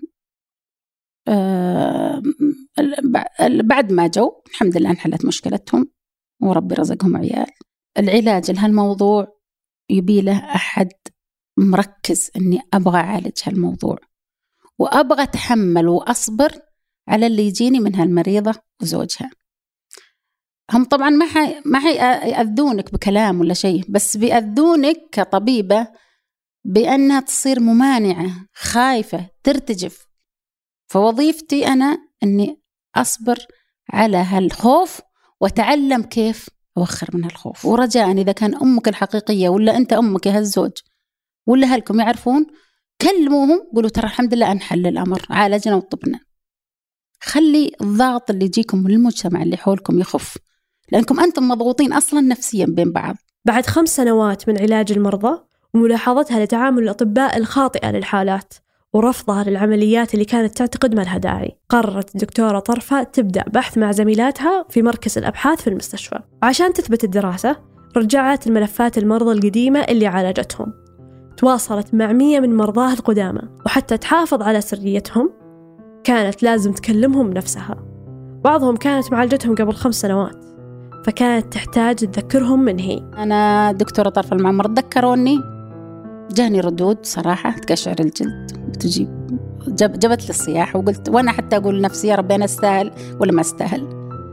آه بعد ما جو الحمد لله انحلت مشكلتهم وربي رزقهم عيال. العلاج لهالموضوع يبي له أحد مركز إني أبغى أعالج هالموضوع وأبغى أتحمل وأصبر على اللي يجيني من هالمريضة وزوجها. هم طبعا ما حي ما حيأذونك بكلام ولا شيء، بس بيأذونك كطبيبة بأنها تصير ممانعة خايفة ترتجف. فوظيفتي أنا أني أصبر على هالخوف وأتعلم كيف أوخر من هالخوف. ورجاء إذا كان أمك الحقيقية ولا أنت أمك هالزوج ولا هلكم يعرفون، كلموهم قولوا ترى الحمد لله أنحل الأمر، عالجنا وطبنا. خلي الضغط اللي يجيكم من المجتمع اللي حولكم يخف، لأنكم أنتم مضغوطين أصلا نفسيا بين بعض. بعد خمس سنوات من علاج المرضى وملاحظتها لتعامل الأطباء الخاطئة للحالات ورفضها للعمليات اللي كانت تعتقد ما لها داعي، قررت الدكتورة طرفة تبدأ بحث مع زميلاتها في مركز الأبحاث في المستشفى. عشان تثبت الدراسة رجعت الملفات المرضى القديمة اللي عالجتهم، تواصلت مع مية من مرضاها القدامى، وحتى تحافظ على سريتهم كانت لازم تكلمهم نفسها. بعضهم كانت معالجتهم قبل خمس سنوات فكانت تحتاج تذكرهم من هي. أنا دكتورة طرف المعمر ذكروني، جاني ردود صراحة تقشعر الجلد وتجيب جب جبت لي الصياح، وقلت وأنا حتى أقول لنفسي يا ربي أنا أستاهل ولا ما أستاهل.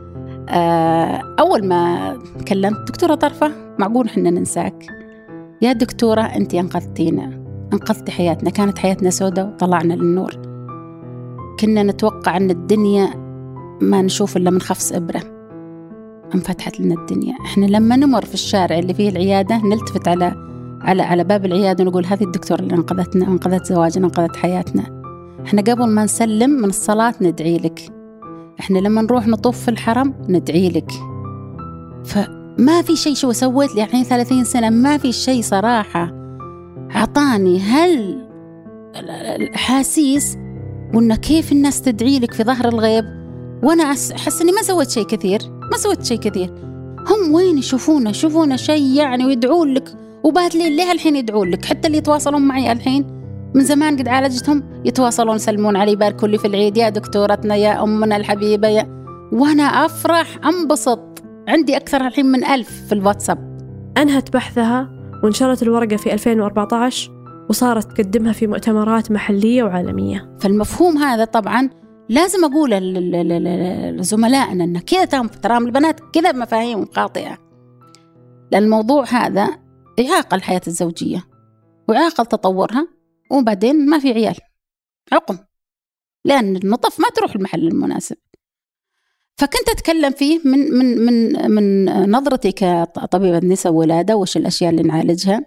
أول ما كلمت دكتورة طرفة معقول حنا ننساك يا دكتورة، أنت أنقذتينا، أنقذتي حياتنا، كانت حياتنا سوداء وطلعنا للنور. كنا نتوقع أن الدنيا ما نشوف إلا من خفص إبرة، انفتحت لنا الدنيا. إحنا لما نمر في الشارع اللي فيه العيادة نلتفت على على على باب العيادة ونقول هذه الدكتورة اللي أنقذتنا، أنقذت زواجنا، أنقذت حياتنا. إحنا قبل ما نسلم من الصلاة ندعي لك، إحنا لما نروح نطوف في الحرم ندعي لك. فما في شيء شو سويت لي الحين ثلاثين سنة، ما في شيء صراحة عطاني هل الأحاسيس وإن كيف الناس تدعي لك في ظهر الغيب، وأنا أحس إني ما سويت شيء كثير، ما سويت شيء كثير. هم وين يشوفونا يشوفونا شيء يعني ويدعون لك، وبعد ليه ليه الحين يدعون لك؟ حتى اللي يتواصلون معي الحين من زمان قد عالجتهم يتواصلون يسلمون علي، يباركوا لي في العيد، يا دكتورتنا يا أمنا الحبيبة يا... وأنا أفرح أنبسط. عندي أكثر الحين من ألف في الواتساب. أنهت بحثها وانشرت الورقة في ألفين وأربعة عشر وصارت تقدمها في مؤتمرات محلية وعالمية. فالمفهوم هذا طبعا لازم أقول لزملائنا أن كذا ترى البنات كذا مفاهيم خاطئة، لأن الموضوع هذا يعاقل الحياة الزوجية ويعاقل تطورها، وبعدين ما في عيال عقم، لأن النطف ما تروح المحل المناسب. فكنت أتكلم فيه من من من من نظرتي كطبيبة نساء وولادة، وش الأشياء اللي نعالجها.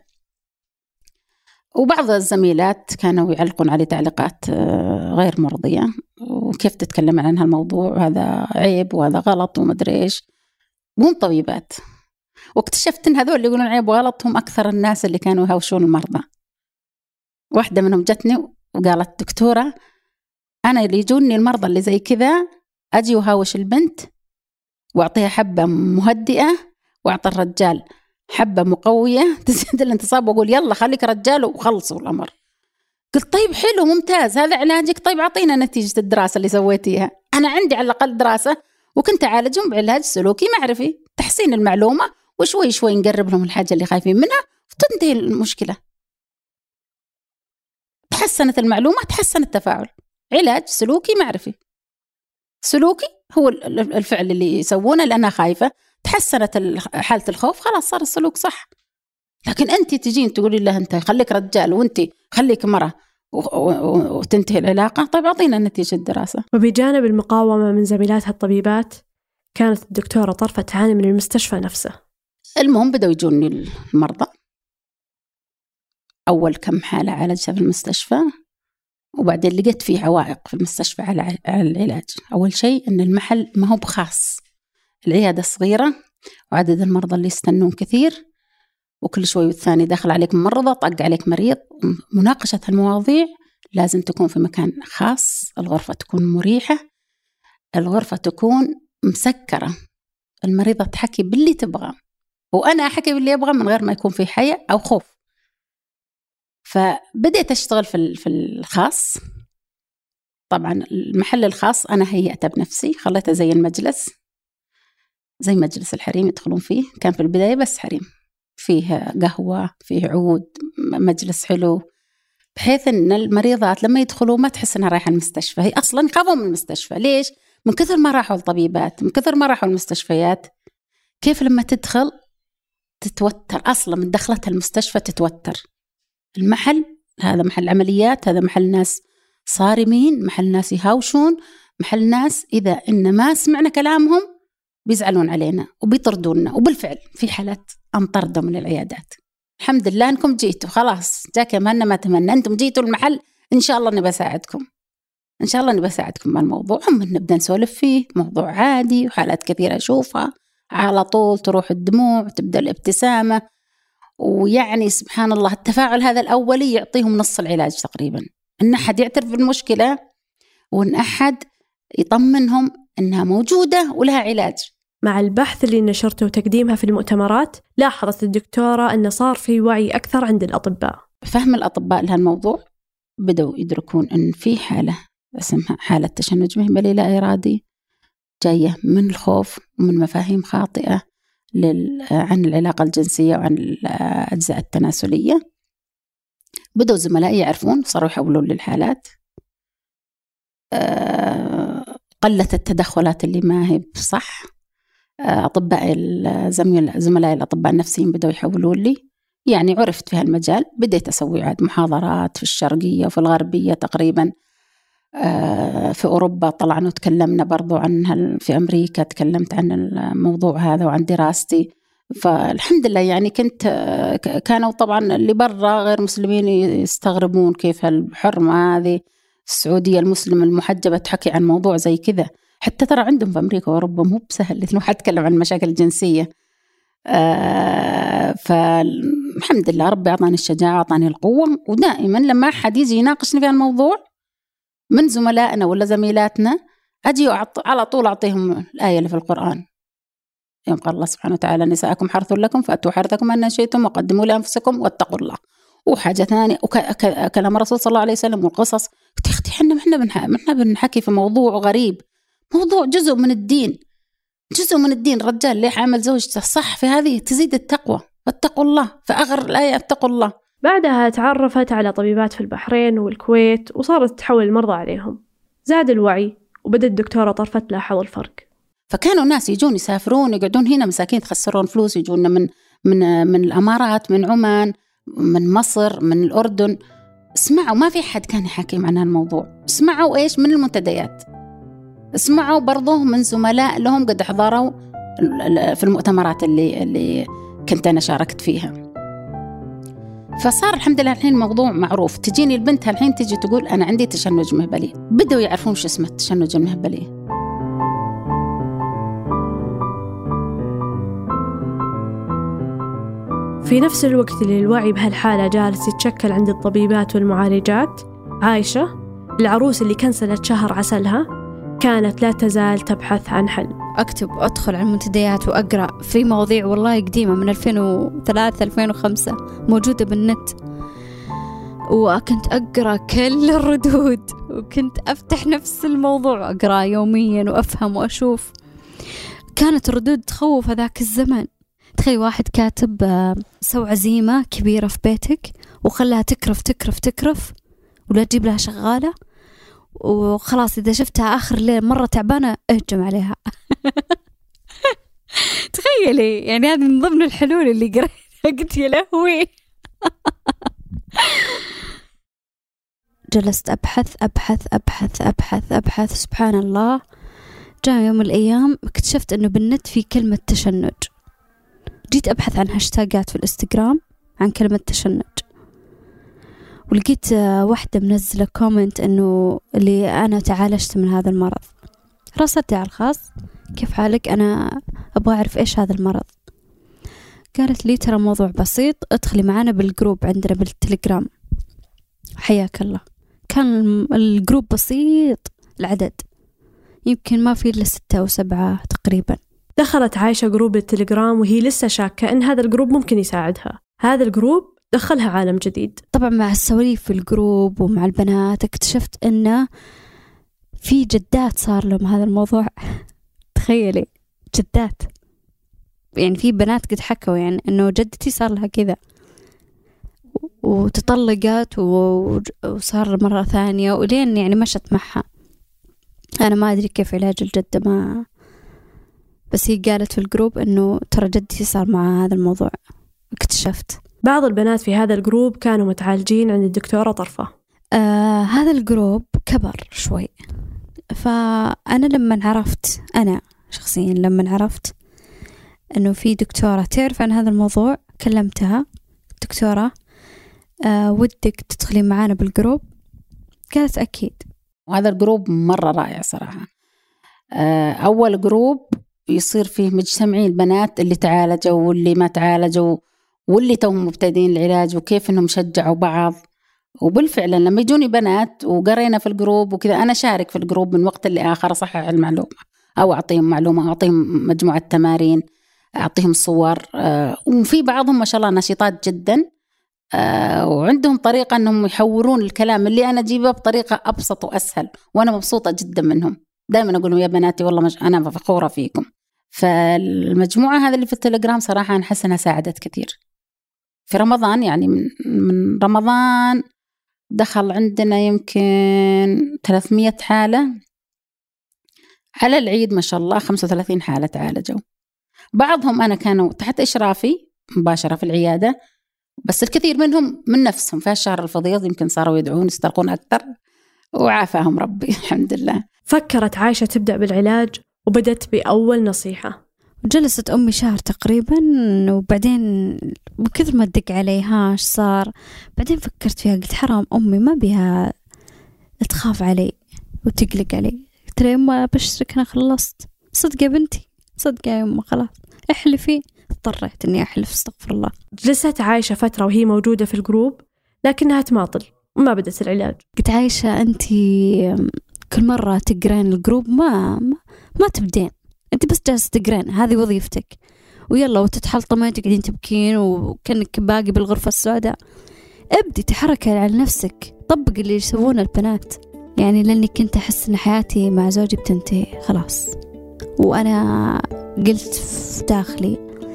وبعض الزميلات كانوا يعلقون علي تعليقات غير مرضية، وكيف تتكلم عن هالموضوع، وهذا عيب وهذا غلط ومدري إيش. مو طبيبات. واكتشفت إن هذول اللي يقولون عيب وغلط هم أكثر الناس اللي كانوا يهاوشون المرضى. واحدة منهم جتني وقالت دكتورة أنا اللي يجوني المرضى اللي زي كذا أجي وهاوش البنت وأعطيها حبة مهدئة، وأعطي الرجال حبة مقوية تزيد الانتصاب، وأقول يلا خليك رجال وخلصوا الأمر. قلت طيب حلو ممتاز هذا علاجك، طيب أعطينا نتيجة الدراسة اللي سويتيها. أنا عندي على الأقل دراسة وكنت أعالجهم بعلاج سلوكي معرفي، تحسين المعلومة وشوي شوي نقرب لهم الحاجة اللي خايفين منها وتنتهي المشكلة. تحسنت المعلومة تحسن التفاعل. علاج سلوكي معرفي. سلوكي هو الفعل اللي يسوونه لأنها خايفة، تحسنت حالة الخوف خلاص صار السلوك صح. لكن أنت تجين تقولي له أنت خليك رجال وأنت خليك مرة وتنتهي العلاقة. طيب أعطينا نتيجة الدراسة. وبجانب المقاومة من زميلاتها الطبيبات، كانت الدكتورة طرفة تعاني من المستشفى نفسه. المهم بدأوا يجوني المرضى. أول كم حالة عالجتها في المستشفى، وبعدين لقيت فيه عوائق في المستشفى على العلاج. أول شيء أن المحل ما هو بخاص، العيادة صغيرة وعدد المرضى اللي يستنون كثير، وكل شوي والثاني داخل عليك ممرضة طق عليك مريض. مناقشة المواضيع لازم تكون في مكان خاص، الغرفة تكون مريحة، الغرفة تكون مسكرة، المريضة تحكي باللي تبغى وأنا أحكي باللي أبغى من غير ما يكون في حياء أو خوف. فبدأت أشتغل في في الخاص. طبعا المحل الخاص أنا هيئته بنفسي، خليته زي المجلس، زي مجلس الحريم يدخلون فيه. كان في البداية بس حريم، فيه قهوة، فيه عود، مجلس حلو، بحيث أن المريضات لما يدخلوا ما تحس أنها رايحة المستشفى. هي أصلا خافوا من المستشفى. ليش؟ من كثر ما راحوا الطبيبات، من كثر ما راحوا المستشفيات. كيف لما تدخل تتوتر، أصلا من دخلتها المستشفى تتوتر. المحل هذا محل عمليات، هذا محل ناس صارمين، محل ناس يهاوشون، محل ناس إذا إن ما سمعنا كلامهم بيزعلون علينا وبيطردوننا. وبالفعل في حالات انطردوا من العيادات. الحمد لله أنكم جيتوا، خلاص جاك يمنا ما تمنى، أنتم جيتوا المحل، إن شاء الله نبى أساعدكم، إن شاء الله نبى أساعدكم مع الموضوع. هم نبدأ نسولف فيه، موضوع عادي، وحالات كثيرة أشوفها على طول تروح الدموع، تبدأ الابتسامة. ويعني سبحان الله التفاعل هذا الأولي يعطيهم نص العلاج تقريبا، إن أحد يعترف بالمشكلة، وإن أحد يطمنهم إنها موجودة ولها علاج. مع البحث اللي نشرته وتقديمها في المؤتمرات، لاحظت الدكتورة أن صار في وعي أكثر عند الأطباء. فهم الأطباء لهالموضوع، بدأوا يدركون أن في حالة اسمها حالة تشنج مهبلي لا إرادي، جاية من الخوف ومن مفاهيم خاطئة عن العلاقة الجنسية وعن الأجزاء التناسلية. بدأوا زملائي يعرفون، صاروا يحولون للحالات. قلت التدخلات اللي ما هي بصح. أطباء زملائي الأطباء النفسيين بدأوا يحولون لي، يعني عرفت في هالمجال. بديت أسوي عاد محاضرات في الشرقية وفي الغربية تقريبا. في أوروبا طلعنا وتكلمنا برضو عنها، في أمريكا تكلمت عن الموضوع هذا وعن دراستي. فالحمد لله يعني كنت، كانوا طبعا اللي برا غير مسلمين يستغربون كيف الحرمة هذه السعودية المسلمة المحجبة تحكي عن موضوع زي كذا. حتى ترى عندهم في أمريكا وأوروبا مو بسهل إنه حد يتكلم عن المشاكل الجنسية. آه فالحمد لله ربي أعطاني الشجاعة، أعطاني القوة. ودائما لما أحد يجي يناقشني في الموضوع من زملائنا ولا زميلاتنا، أجي على طول أعطيهم الآية اللي في القرآن، يوم قال الله سبحانه وتعالى نساءكم حرث لكم فأتوا حرثكم أن شئتم وقدموا لأنفسكم واتقوا الله. وحاجة ثانية وكلام الرسول صلى الله عليه وسلم والقصص. قلت يا أختي حنا إحنا بنحكي في موضوع غريب، موضوع جزء من الدين، جزء من الدين. رجال ليه عامل زوجته صح، في هذه تزيد التقوى، واتقوا الله، فأغر الآية اتقوا الله. بعدها تعرفت على طبيبات في البحرين والكويت، وصارت تحول المرضى عليهم. زاد الوعي، وبدأت الدكتورة طرفة تلاحظ الفرق. فكانوا ناس يجون يسافرون يقعدون هنا مساكين يتخسرون فلوس، يجونا من من من الأمارات، من عمان، من مصر، من الأردن. اسمعوا ما في حد كان يحكي عن الموضوع، اسمعوا إيش من المنتديات. اسمعوا برضه من زملاء لهم قد حضروا في المؤتمرات اللي اللي كنت أنا شاركت فيها. فصار الحمد لله الحين الموضوع معروف. تجيني البنت الحين تجي تقول أنا عندي تشنج مهبلي، بدوا يعرفون شو اسمه التشنج المهبلي. في نفس الوقت اللي الوعي بهالحالة جالس يتشكل عند الطبيبات والمعالجات، عايشة العروس اللي كنسلت شهر عسلها كانت لا تزال تبحث عن حل. أكتب أدخل على المنتديات وأقرأ في مواضيع والله قديمة من ألفين وثلاثة ألفين وخمسة موجودة بالنت، وكنت أقرأ كل الردود وكنت أفتح نفس الموضوع أقرأ يوميا وأفهم وأشوف. كانت الردود تخوف هذاك الزمن. تخيل واحد كاتب سوى عزيمة كبيرة في بيتك وخلها تكرف تكرف تكرف ولا تجيب لها شغالة، وخلاص إذا شفتها آخر الليل مرة تعبانة اهجم عليها. تخيلي يعني هذه من ضمن الحلول اللي قريتها. قلت يا لهوي. جلست أبحث أبحث أبحث أبحث أبحث سبحان الله. جاء يوم من الأيام اكتشفت أنه بالنت في كلمة تشنج. جيت أبحث عن هاشتاجات في الإنستغرام عن كلمة تشنج، ولقيت واحدة منزلة كومنت أنه اللي أنا تعالجت من هذا المرض. راسلتها على الخاص، كيف حالك؟ أنا أبغى أعرف إيش هذا المرض. قالت لي ترى موضوع بسيط، ادخلي معنا بالجروب عندنا بالتليجرام. حياك الله. كان الجروب بسيط العدد، يمكن ما في إلا ستة أو سبعة تقريبا. دخلت عايشة جروب التليجرام وهي لسه شاكة إن هذا الجروب ممكن يساعدها. هذا الجروب دخلها عالم جديد. طبعا مع السواليف في الجروب ومع البنات اكتشفت إنه في جدات صار لهم هذا الموضوع. تخيلي جدات، يعني في بنات قد حكوا يعني إنه جدتي صار لها كذا وتطلقت وصار مرة ثانية ولين يعني مشت معها. أنا ما أدري كيف علاج الجدة، ما بس هي قالت في الجروب إنه ترى جدتي صار مع هذا الموضوع. اكتشفت بعض البنات في هذا الجروب كانوا متعالجين عند الدكتورة طرفة. آه هذا الجروب كبر شوي، فأنا لما عرفت أنا شخصيا لما عرفت إنه في دكتورة تعرف عن هذا الموضوع كلمتها. دكتورة آه ودك تدخلي معانا بالجروب؟ قالت أكيد. وهذا الجروب مرة رائع صراحة. آه أول جروب يصير فيه مجتمعين البنات اللي تعالجوا واللي ما تعالجوا واللي توهم مبتدئين العلاج وكيف إنهم شجعوا بعض. وبالفعل لما يجوني بنات وقرينا في الجروب وكذا أنا شارك في الجروب من وقت لآخر، أصحح المعلومة أو أعطيهم معلومة، أعطيهم مجموعة تمارين، أعطيهم صور. آه وفي بعضهم ما شاء الله نشيطات جدا، آه وعندهم طريقة أنهم يحورون الكلام اللي أنا أجيبه بطريقة أبسط وأسهل، وأنا مبسوطة جدا منهم. دائما أقول لهم يا بناتي والله مش أنا فخورة فيكم. فالمجموعة هذا اللي في التليجرام صراحة أنا حاسة أنها ساعدت كثير. في رمضان يعني من, من رمضان دخل عندنا يمكن ثلاثمية حالة، على العيد ما شاء الله خمسة وثلاثين حالة تعالجوا. بعضهم أنا كانوا تحت إشرافي مباشرة في العيادة، بس الكثير منهم من نفسهم في الشهر الفضيض يمكن صاروا يدعون يسترقون أكثر وعافاهم ربي الحمد لله. فكرت عايشة تبدأ بالعلاج وبدت بأول نصيحة. جلست أمي شهر تقريبا، وبعدين بكثر ما تدق عليها ايش صار. بعدين فكرت فيها قلت حرام أمي ما بيها تخاف علي وتقلق علي. قلت لها يما بشرك أنا خلصت. صدق يا بنتي صدق يا يما خلاص احلفي. اضطريت إني أحلف استغفر الله. جلست عايشة فترة وهي موجودة في الجروب لكنها تماطل وما بدت العلاج. قلت عايشة أنتي كل مرة تقرين الجروب ما ما, ما تبدين، أنت بس جالسة تقرين، هذه وظيفتك ويلا وتتحلطمين تقعدين تبكين وكأنك باقي بالغرفة السوداء. ابدي تحركي على نفسك، طبق اللي يسوونه البنات. يعني لأني كنت أحس إن حياتي مع زوجي بتنتهي خلاص، وأنا قلت في داخلي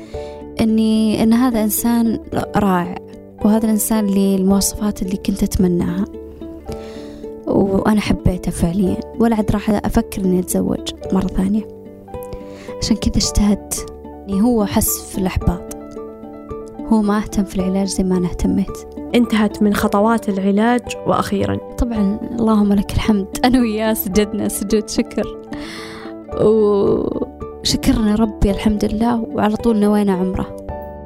إني إن هذا إنسان رائع وهذا الإنسان اللي المواصفات اللي كنت أتمناها وأنا حبيته فعليا، ولا عاد راح أفكر إني أتزوج مرة ثانية. عشان كذا اجتهدت. يعني هو حس في الإحباط، هو ما اهتم في العلاج زي ما أنا اهتميت. انتهت من خطوات العلاج وأخيرا طبعا اللهم لك الحمد أنا وياه سجدنا سجود شكر وشكرنا ربي الحمد لله، وعلى طول نوينا عمره.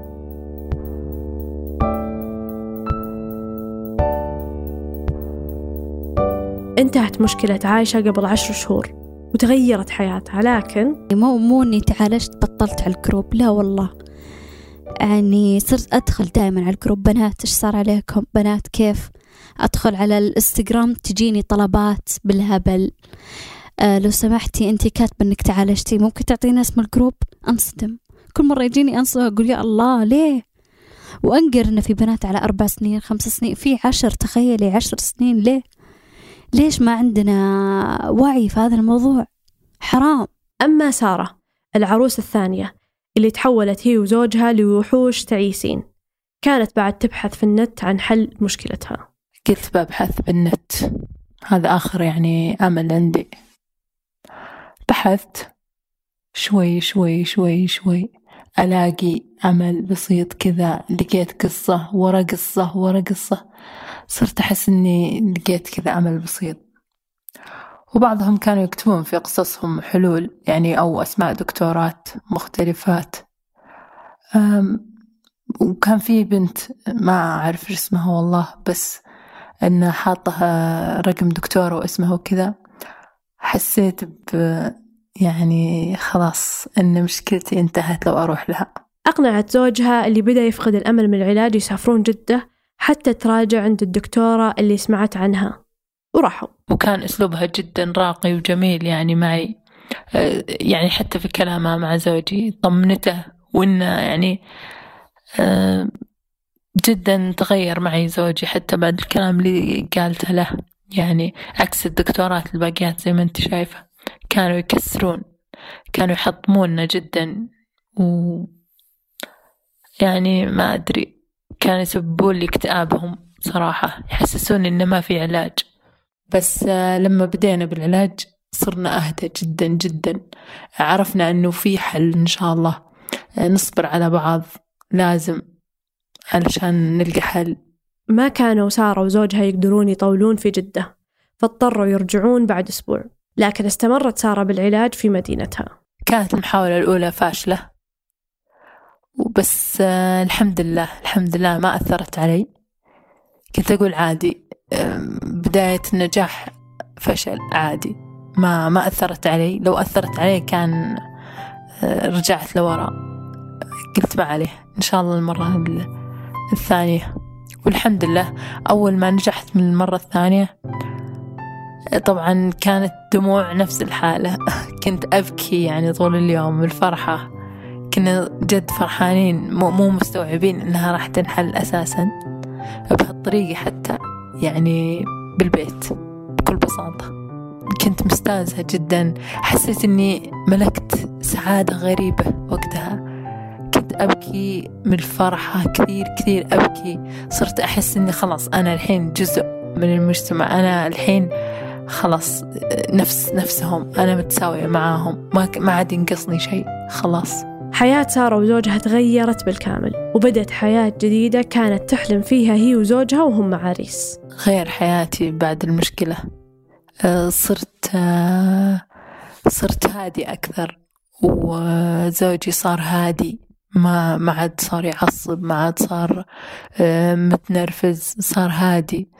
انتهت مشكلة عايشة قبل عشر شهور وتغيرت حياتها، لكن مو مو إني تعالجت بطلت على الجروب، لا والله. يعني صرت أدخل دائما على الجروب، بنات إيش صار عليكم، بنات كيف. أدخل على الإنستغرام تجيني طلبات بالهبل، آه لو سمحتي أنتي كاتبة إنك تعالجتي ممكن تعطينا اسم الجروب. أنصدم كل مرة يجيني أنصدم، أقول يا الله ليه. وأنقر إن في بنات على أربع سنين خمس سنين، في عشر، تخيلي عشر سنين. ليه ليش ما عندنا وعي في هذا الموضوع؟ حرام. أما سارة العروس الثانية اللي تحولت هي وزوجها لوحوش تعيسين، كانت بعد تبحث في النت عن حل مشكلتها. قلت ببحث بالنت، هذا آخر يعني أمل عندي. بحثت شوي شوي شوي شوي ألاقي أمل بسيط كذا، لقيت قصة ورا قصة ورا قصة، صرت أحس إني لقيت كذا أمل بسيط. وبعضهم كانوا يكتبون في قصصهم حلول يعني أو أسماء دكتورات مختلفات. وكان في بنت ما أعرف اسمها والله، بس أن حاطها رقم دكتورة واسمها وكذا. حسيت ب يعني خلاص أن مشكلتي انتهت لو أروح لها. أقنعت زوجها اللي بدأ يفقد الأمل من العلاج يسافرون جدة حتى تراجع عند الدكتورة اللي سمعت عنها، وراحوا. وكان أسلوبها جدا راقي وجميل يعني معي، يعني حتى في كلامها مع زوجي طمنته، وإنه يعني جدا تغير معي زوجي حتى بعد الكلام اللي قالته له. يعني عكس الدكتورات الباقيات زي ما انت شايفة، كانوا يكسرون، كانوا يحطموننا جدا، و يعني ما أدري، كانوا يسببون لي اكتئابهم صراحة، يحسسوني إنه ما في علاج. بس لما بدينا بالعلاج صرنا أهدى جدا جدا، عرفنا إنه في حل إن شاء الله، نصبر على بعض لازم علشان نلقى حل. ما كانوا سارة وزوجها يقدرون يطولون في جدة، فاضطروا يرجعون بعد أسبوع، لكن استمرت سارة بالعلاج في مدينتها. كانت المحاولة الأولى فاشلة، وبس الحمد لله الحمد لله ما أثرت علي. كنت أقول عادي، بداية النجاح فشل عادي، ما ما أثرت علي. لو أثرت علي كان رجعت لورا. قلت ما عليه، إن شاء الله المرة الثانية. والحمد لله أول ما نجحت من المرة الثانية طبعا كانت دموع نفس الحالة. كنت أبكي يعني طول اليوم من الفرحة، كنا جد فرحانين، مو, مو مستوعبين إنها راح تنحل أساسا بهالطريقة، حتى يعني بالبيت بكل بساطة. كنت مستانسة جدا، حسيت إني ملكت سعادة غريبة وقتها. كنت أبكي من الفرحة كثير كثير أبكي. صرت أحس إني خلاص أنا الحين جزء من المجتمع، أنا الحين خلاص نفس نفسهم، أنا متساوية معاهم، ما ما عاد ينقصني شيء خلاص. حياة سارة وزوجها تغيرت بالكامل، وبدأت حياة جديدة كانت تحلم فيها هي وزوجها وهم عريس. غير حياتي بعد المشكلة، صرت صرت هادي أكثر، وزوجي صار هادي، ما ما عاد صار يعصب، ما عاد صار متنرفز، صار هادي.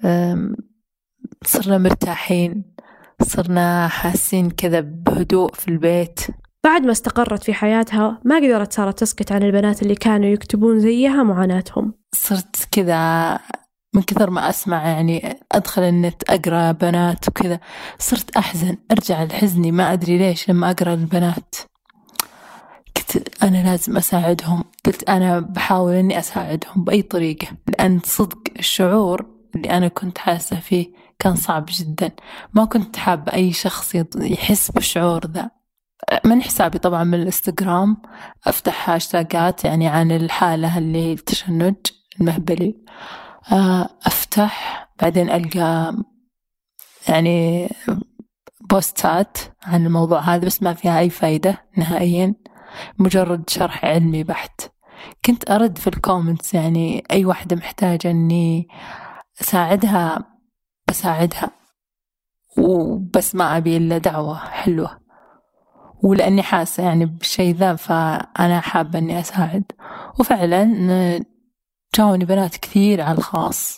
صرنا مرتاحين، صرنا حاسين كذا بهدوء في البيت. بعد ما استقرت في حياتها ما قدرت سارة تسكت عن البنات اللي كانوا يكتبون زيها معاناتهم. صرت كذا من كثر ما أسمع، يعني أدخل النت أقرأ بنات وكذا، صرت أحزن، أرجع لحزني ما أدري ليش. لما أقرأ البنات كنت أنا لازم أساعدهم، قلت أنا بحاول أني أساعدهم بأي طريقة، لأن صدق الشعور اللي أنا كنت حاسة فيه كان صعب جدا. ما كنت حابة أي شخص يحس بالشعور ذا. من حسابي طبعا من الانستغرام أفتح هاشتاجات يعني عن الحالة اللي التشنج المهبلي، أفتح بعدين ألقى يعني بوستات عن الموضوع هذا، بس ما فيها أي فايدة نهائيا، مجرد شرح علمي بحت. كنت أرد في الكومنتس، يعني أي واحدة محتاجة أني ولأني حاسة يعني بالشيء ذا فأنا حابة أني أساعد. وفعلا جاوني بنات كثير على الخاص،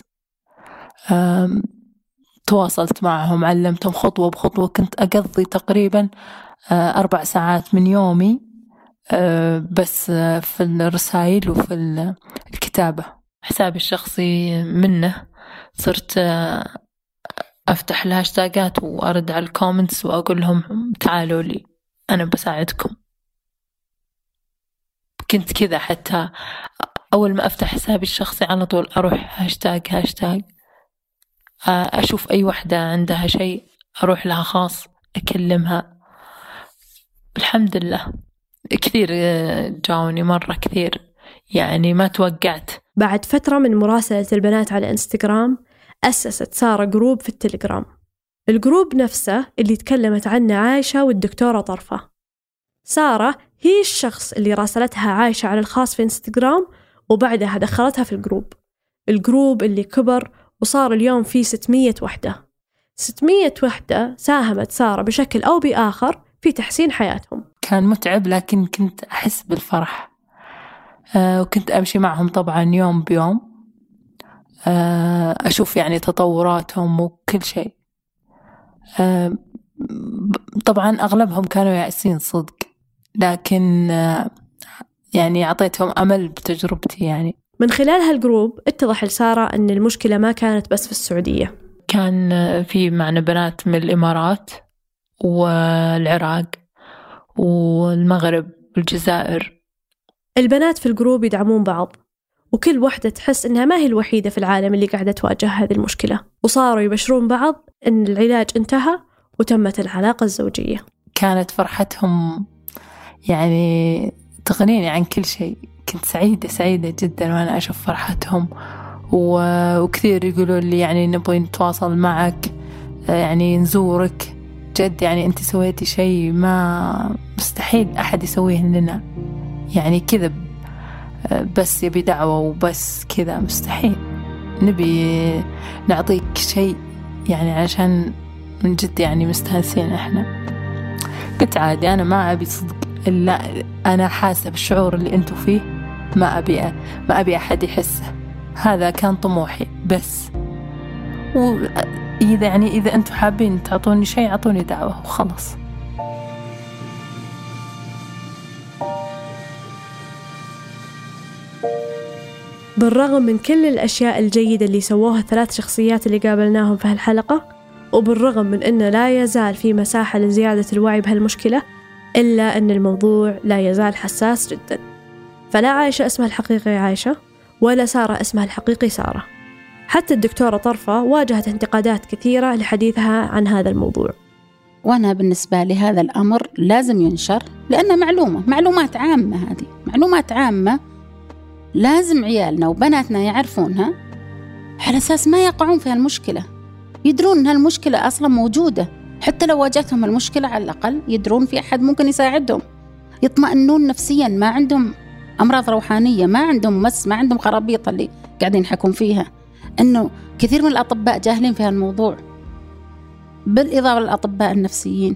تواصلت معهم، علمتهم خطوة بخطوة. كنت أقضي تقريبا أربع ساعات من يومي بس في الرسائل وفي الكتابة. حسابي الشخصي منه صرت أفتح الهاشتاجات وأرد على الكومنتس وأقول لهم تعالوا لي أنا بساعدكم. كنت كذا، حتى أول ما أفتح حسابي الشخصي على طول أروح هاشتاج هاشتاج، أشوف أي وحدة عندها شيء أروح لها خاص أكلمها. الحمد لله كثير جاوني، مرة كثير، يعني ما توقعت. بعد فترة من مراسلة البنات على إنستغرام أسست سارة جروب في التليجرام. الجروب نفسه اللي تكلمت عنه عايشة والدكتورة طرفة. سارة هي الشخص اللي راسلتها عايشة على الخاص في إنستغرام وبعدها دخلتها في الجروب. الجروب اللي كبر وصار اليوم فيه ستمية وحدة. ستمية وحدة ساهمت سارة بشكل أو بآخر في تحسين حياتهم. كان متعب لكن كنت أحس بالفرح، أه وكنت أمشي معهم طبعا يوم بيوم، أه أشوف يعني تطوراتهم وكل شيء. أه طبعا أغلبهم كانوا يائسين صدق، لكن أه يعني أعطيتهم أمل بتجربتي. يعني من خلال هالجروب اتضح لسارة أن المشكلة ما كانت بس في السعودية، كان في معنا بنات من الإمارات والعراق والمغرب والجزائر. البنات في الجروب يدعمون بعض، وكل واحدة تحس إنها ما هي الوحيدة في العالم اللي قاعدة تواجه هذه المشكلة، وصاروا يبشرون بعض إن العلاج انتهى وتمت العلاقة الزوجية. كانت فرحتهم يعني تغنيني عن كل شيء. كنت سعيدة سعيدة جدا وأنا أشوف فرحتهم، وكثير يقولوا لي يعني نبغي نتواصل معك، يعني نزورك. جد يعني أنت سويتي شيء ما مستحيل أحد يسويه لنا، يعني كذا بس يبي دعوة وبس كذا مستحيل. نبي نعطيك شيء يعني عشان من جد يعني مستانسين إحنا. قلت عادي، أنا ما أبي صدق إلا أنا حاسة بالشعور اللي أنتوا فيه، ما أبي ما أبي أحد يحسه. هذا كان طموحي بس. وإذا يعني إذا أنتوا حابين تعطوني شيء أعطوني دعوة وخلاص. بالرغم من كل الأشياء الجيدة اللي سووها الثلاث شخصيات اللي قابلناهم في هالحلقة، وبالرغم من أنه لا يزال في مساحة لزيادة الوعي بهالمشكلة، إلا أن الموضوع لا يزال حساس جدا. فلا عايشة اسمها الحقيقي عايشة، ولا سارة اسمها الحقيقي سارة. حتى الدكتورة طرفة واجهت انتقادات كثيرة لحديثها عن هذا الموضوع. وأنا بالنسبة لي هذا الأمر لازم ينشر، لأنه معلومة معلومات عامة، هذه معلومات عامة لازم عيالنا وبناتنا يعرفونها على أساس ما يقعون في هالمشكلة، يدرون أن هالمشكلة أصلا موجودة. حتى لو واجهتهم المشكلة على الأقل يدرون في أحد ممكن يساعدهم، يطمئنون نفسيا، ما عندهم أمراض روحانية، ما عندهم مس، ما عندهم خرابيط اللي قاعدين يحكون فيها. إنه كثير من الأطباء جاهلين في هالموضوع، بالإضافة للأطباء النفسيين.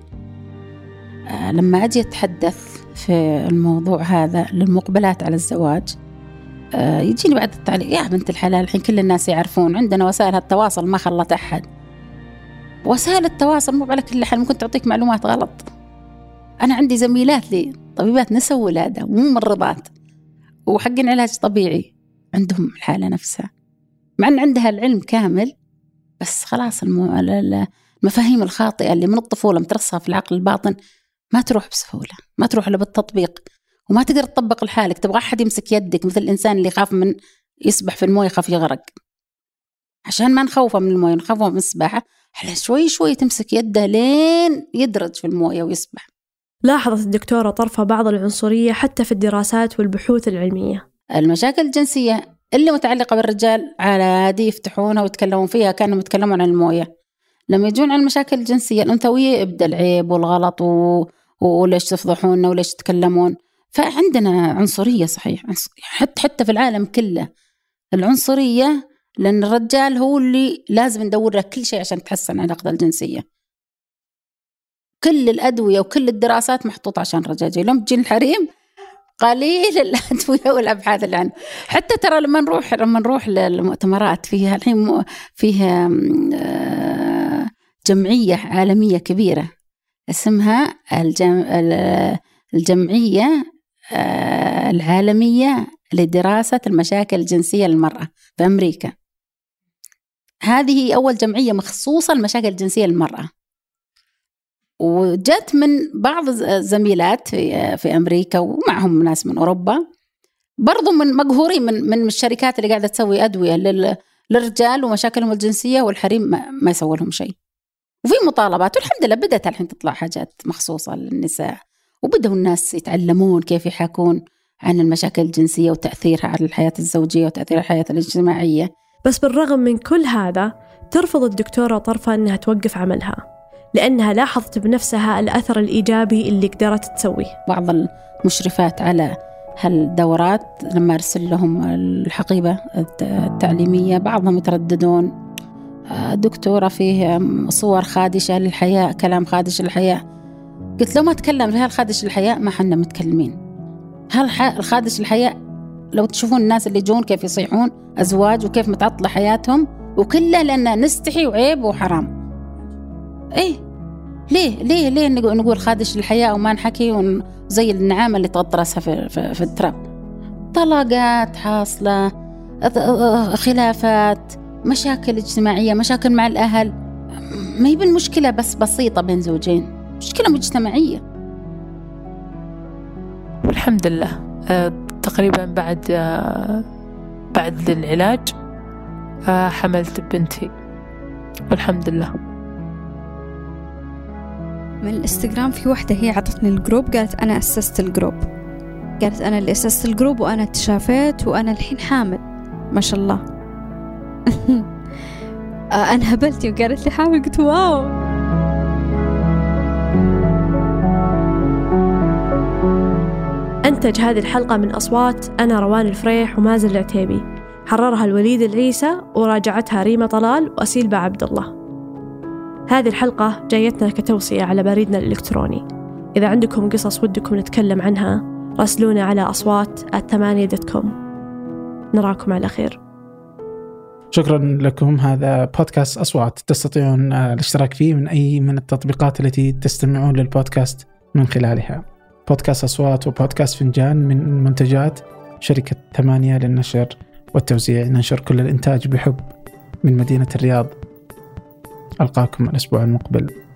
آه لما أجي أتحدث في الموضوع هذا للمقبلات على الزواج، آه يجيني بعد التعليق يا بنت الحلال الحين كل الناس يعرفون، عندنا وسائل التواصل ما خلت أحد. وسائل التواصل مو على كل حال ممكن تعطيك معلومات غلط. أنا عندي زميلات لي طبيبات نساء ولادة وممرضات وحقين علاج طبيعي عندهم الحالة نفسها، مع أن عندها العلم كامل، بس خلاص المفاهيم الخاطئة اللي من الطفولة مترسخة في العقل الباطن ما تروح بسهولة، ما تروح إلا بالتطبيق، وما تقدر تطبق لحالك. تبغى أحد يمسك يدك مثل الإنسان اللي يخاف من يسبح في المويه يخاف يغرق. عشان ما نخوفه من المويه نخوفه من السباحة، على شوي شوي تمسك يده لين يدرج في المويه ويسبح. لاحظت الدكتورة طرفة بعض العنصرية حتى في الدراسات والبحوث العلمية. المشاكل الجنسية اللي متعلقة بالرجال عادي يفتحونها ويتكلمون فيها كانوا يتكلمون عن المويه. لما يجون عن المشاكل الجنسية الأنثوية يبدأ العيب والغلط و... وليش تفضحوننا وليش تتكلمون. فعندنا عنصرية صحيح، حتى حتى في العالم كله العنصرية، لأن الرجال هو اللي لازم ندور له كل شيء عشان تحسن علاقته الجنسية. كل الأدوية وكل الدراسات محطوطة عشان الرجاجيل. لما تجي الحريم قليل الأدوية والأبحاث اللي عنه. حتى ترى لما نروح لما نروح للمؤتمرات فيها الحين فيها جمعية عالمية كبيرة اسمها الجم... الجمعية العالمية لدراسة المشاكل الجنسية للمرأة في أمريكا. هذه أول جمعية مخصوصة للمشاكل الجنسية للمرأة، وجت من بعض الزميلات في في أمريكا ومعهم ناس من أوروبا برضو من مقهورين من من الشركات اللي قاعدة تسوي أدوية للرجال ومشاكلهم الجنسية، والحريم ما, ما يسوي لهم شيء. وفي مطالبات، والحمد لله بدأت الحين تطلع حاجات مخصوصة للنساء، وبدأوا الناس يتعلمون كيف يحكون عن المشاكل الجنسية وتأثيرها على الحياة الزوجية وتأثير الحياة الاجتماعية. بس بالرغم من كل هذا ترفض الدكتورة طرفة أنها توقف عملها، لأنها لاحظت بنفسها الأثر الإيجابي اللي قدرت تسويه. بعض المشرفات على هالدورات لما أرسل لهم الحقيبة التعليمية بعضهم يترددون، دكتورة فيه صور خادشة للحياة، كلام خادش للحياة. قلت لو ما تكلم في هالخادش للحياة ما حنا متكلمين. هالخادش للحياة لو تشوفون الناس اللي يجون كيف يصيحون أزواج وكيف متعطلة حياتهم، وكله لأننا نستحي وعيب وحرام. إيه ليه ليه ليه نقول خادش للحياة وما نحكي زي النعامة اللي تغطي راسها في, في, في التراب؟ طلاقات حاصلة، خلافات، مشاكل اجتماعية، مشاكل مع الأهل. ما يبين مشكلة بس بسيطة بين زوجين، مشكلة مجتمعية. والحمد لله أه تقريبا بعد أه بعد العلاج أه حملت بنتي والحمد لله. من الانستغرام في واحدة هي عطتني الجروب، قالت أنا أسست الجروب، قالت أنا اللي أسست الجروب وأنا تشافيت وأنا الحين حامل ما شاء الله. أنا هبلتي وقالت لي حامل، قلت واو. أنتج هذه الحلقة من أصوات أنا روان الفريح ومازن العتيبي، حررها الوليد العيسى وراجعتها ريما طلال وأسيلبا عبد الله. هذه الحلقة جايتنا كتوصية على بريدنا الإلكتروني. إذا عندكم قصص ودكم نتكلم عنها راسلونا على أصوات آت ثمانية دوت كوم. نراكم على خير. شكرا لكم. هذا بودكاست أصوات، تستطيعون الاشتراك فيه من أي من التطبيقات التي تستمعون للبودكاست من خلالها. بودكاست أصوات وبودكاست فنجان من منتجات شركة ثمانية للنشر والتوزيع. ننشر كل الإنتاج بحب من مدينة الرياض. ألقاكم الأسبوع المقبل.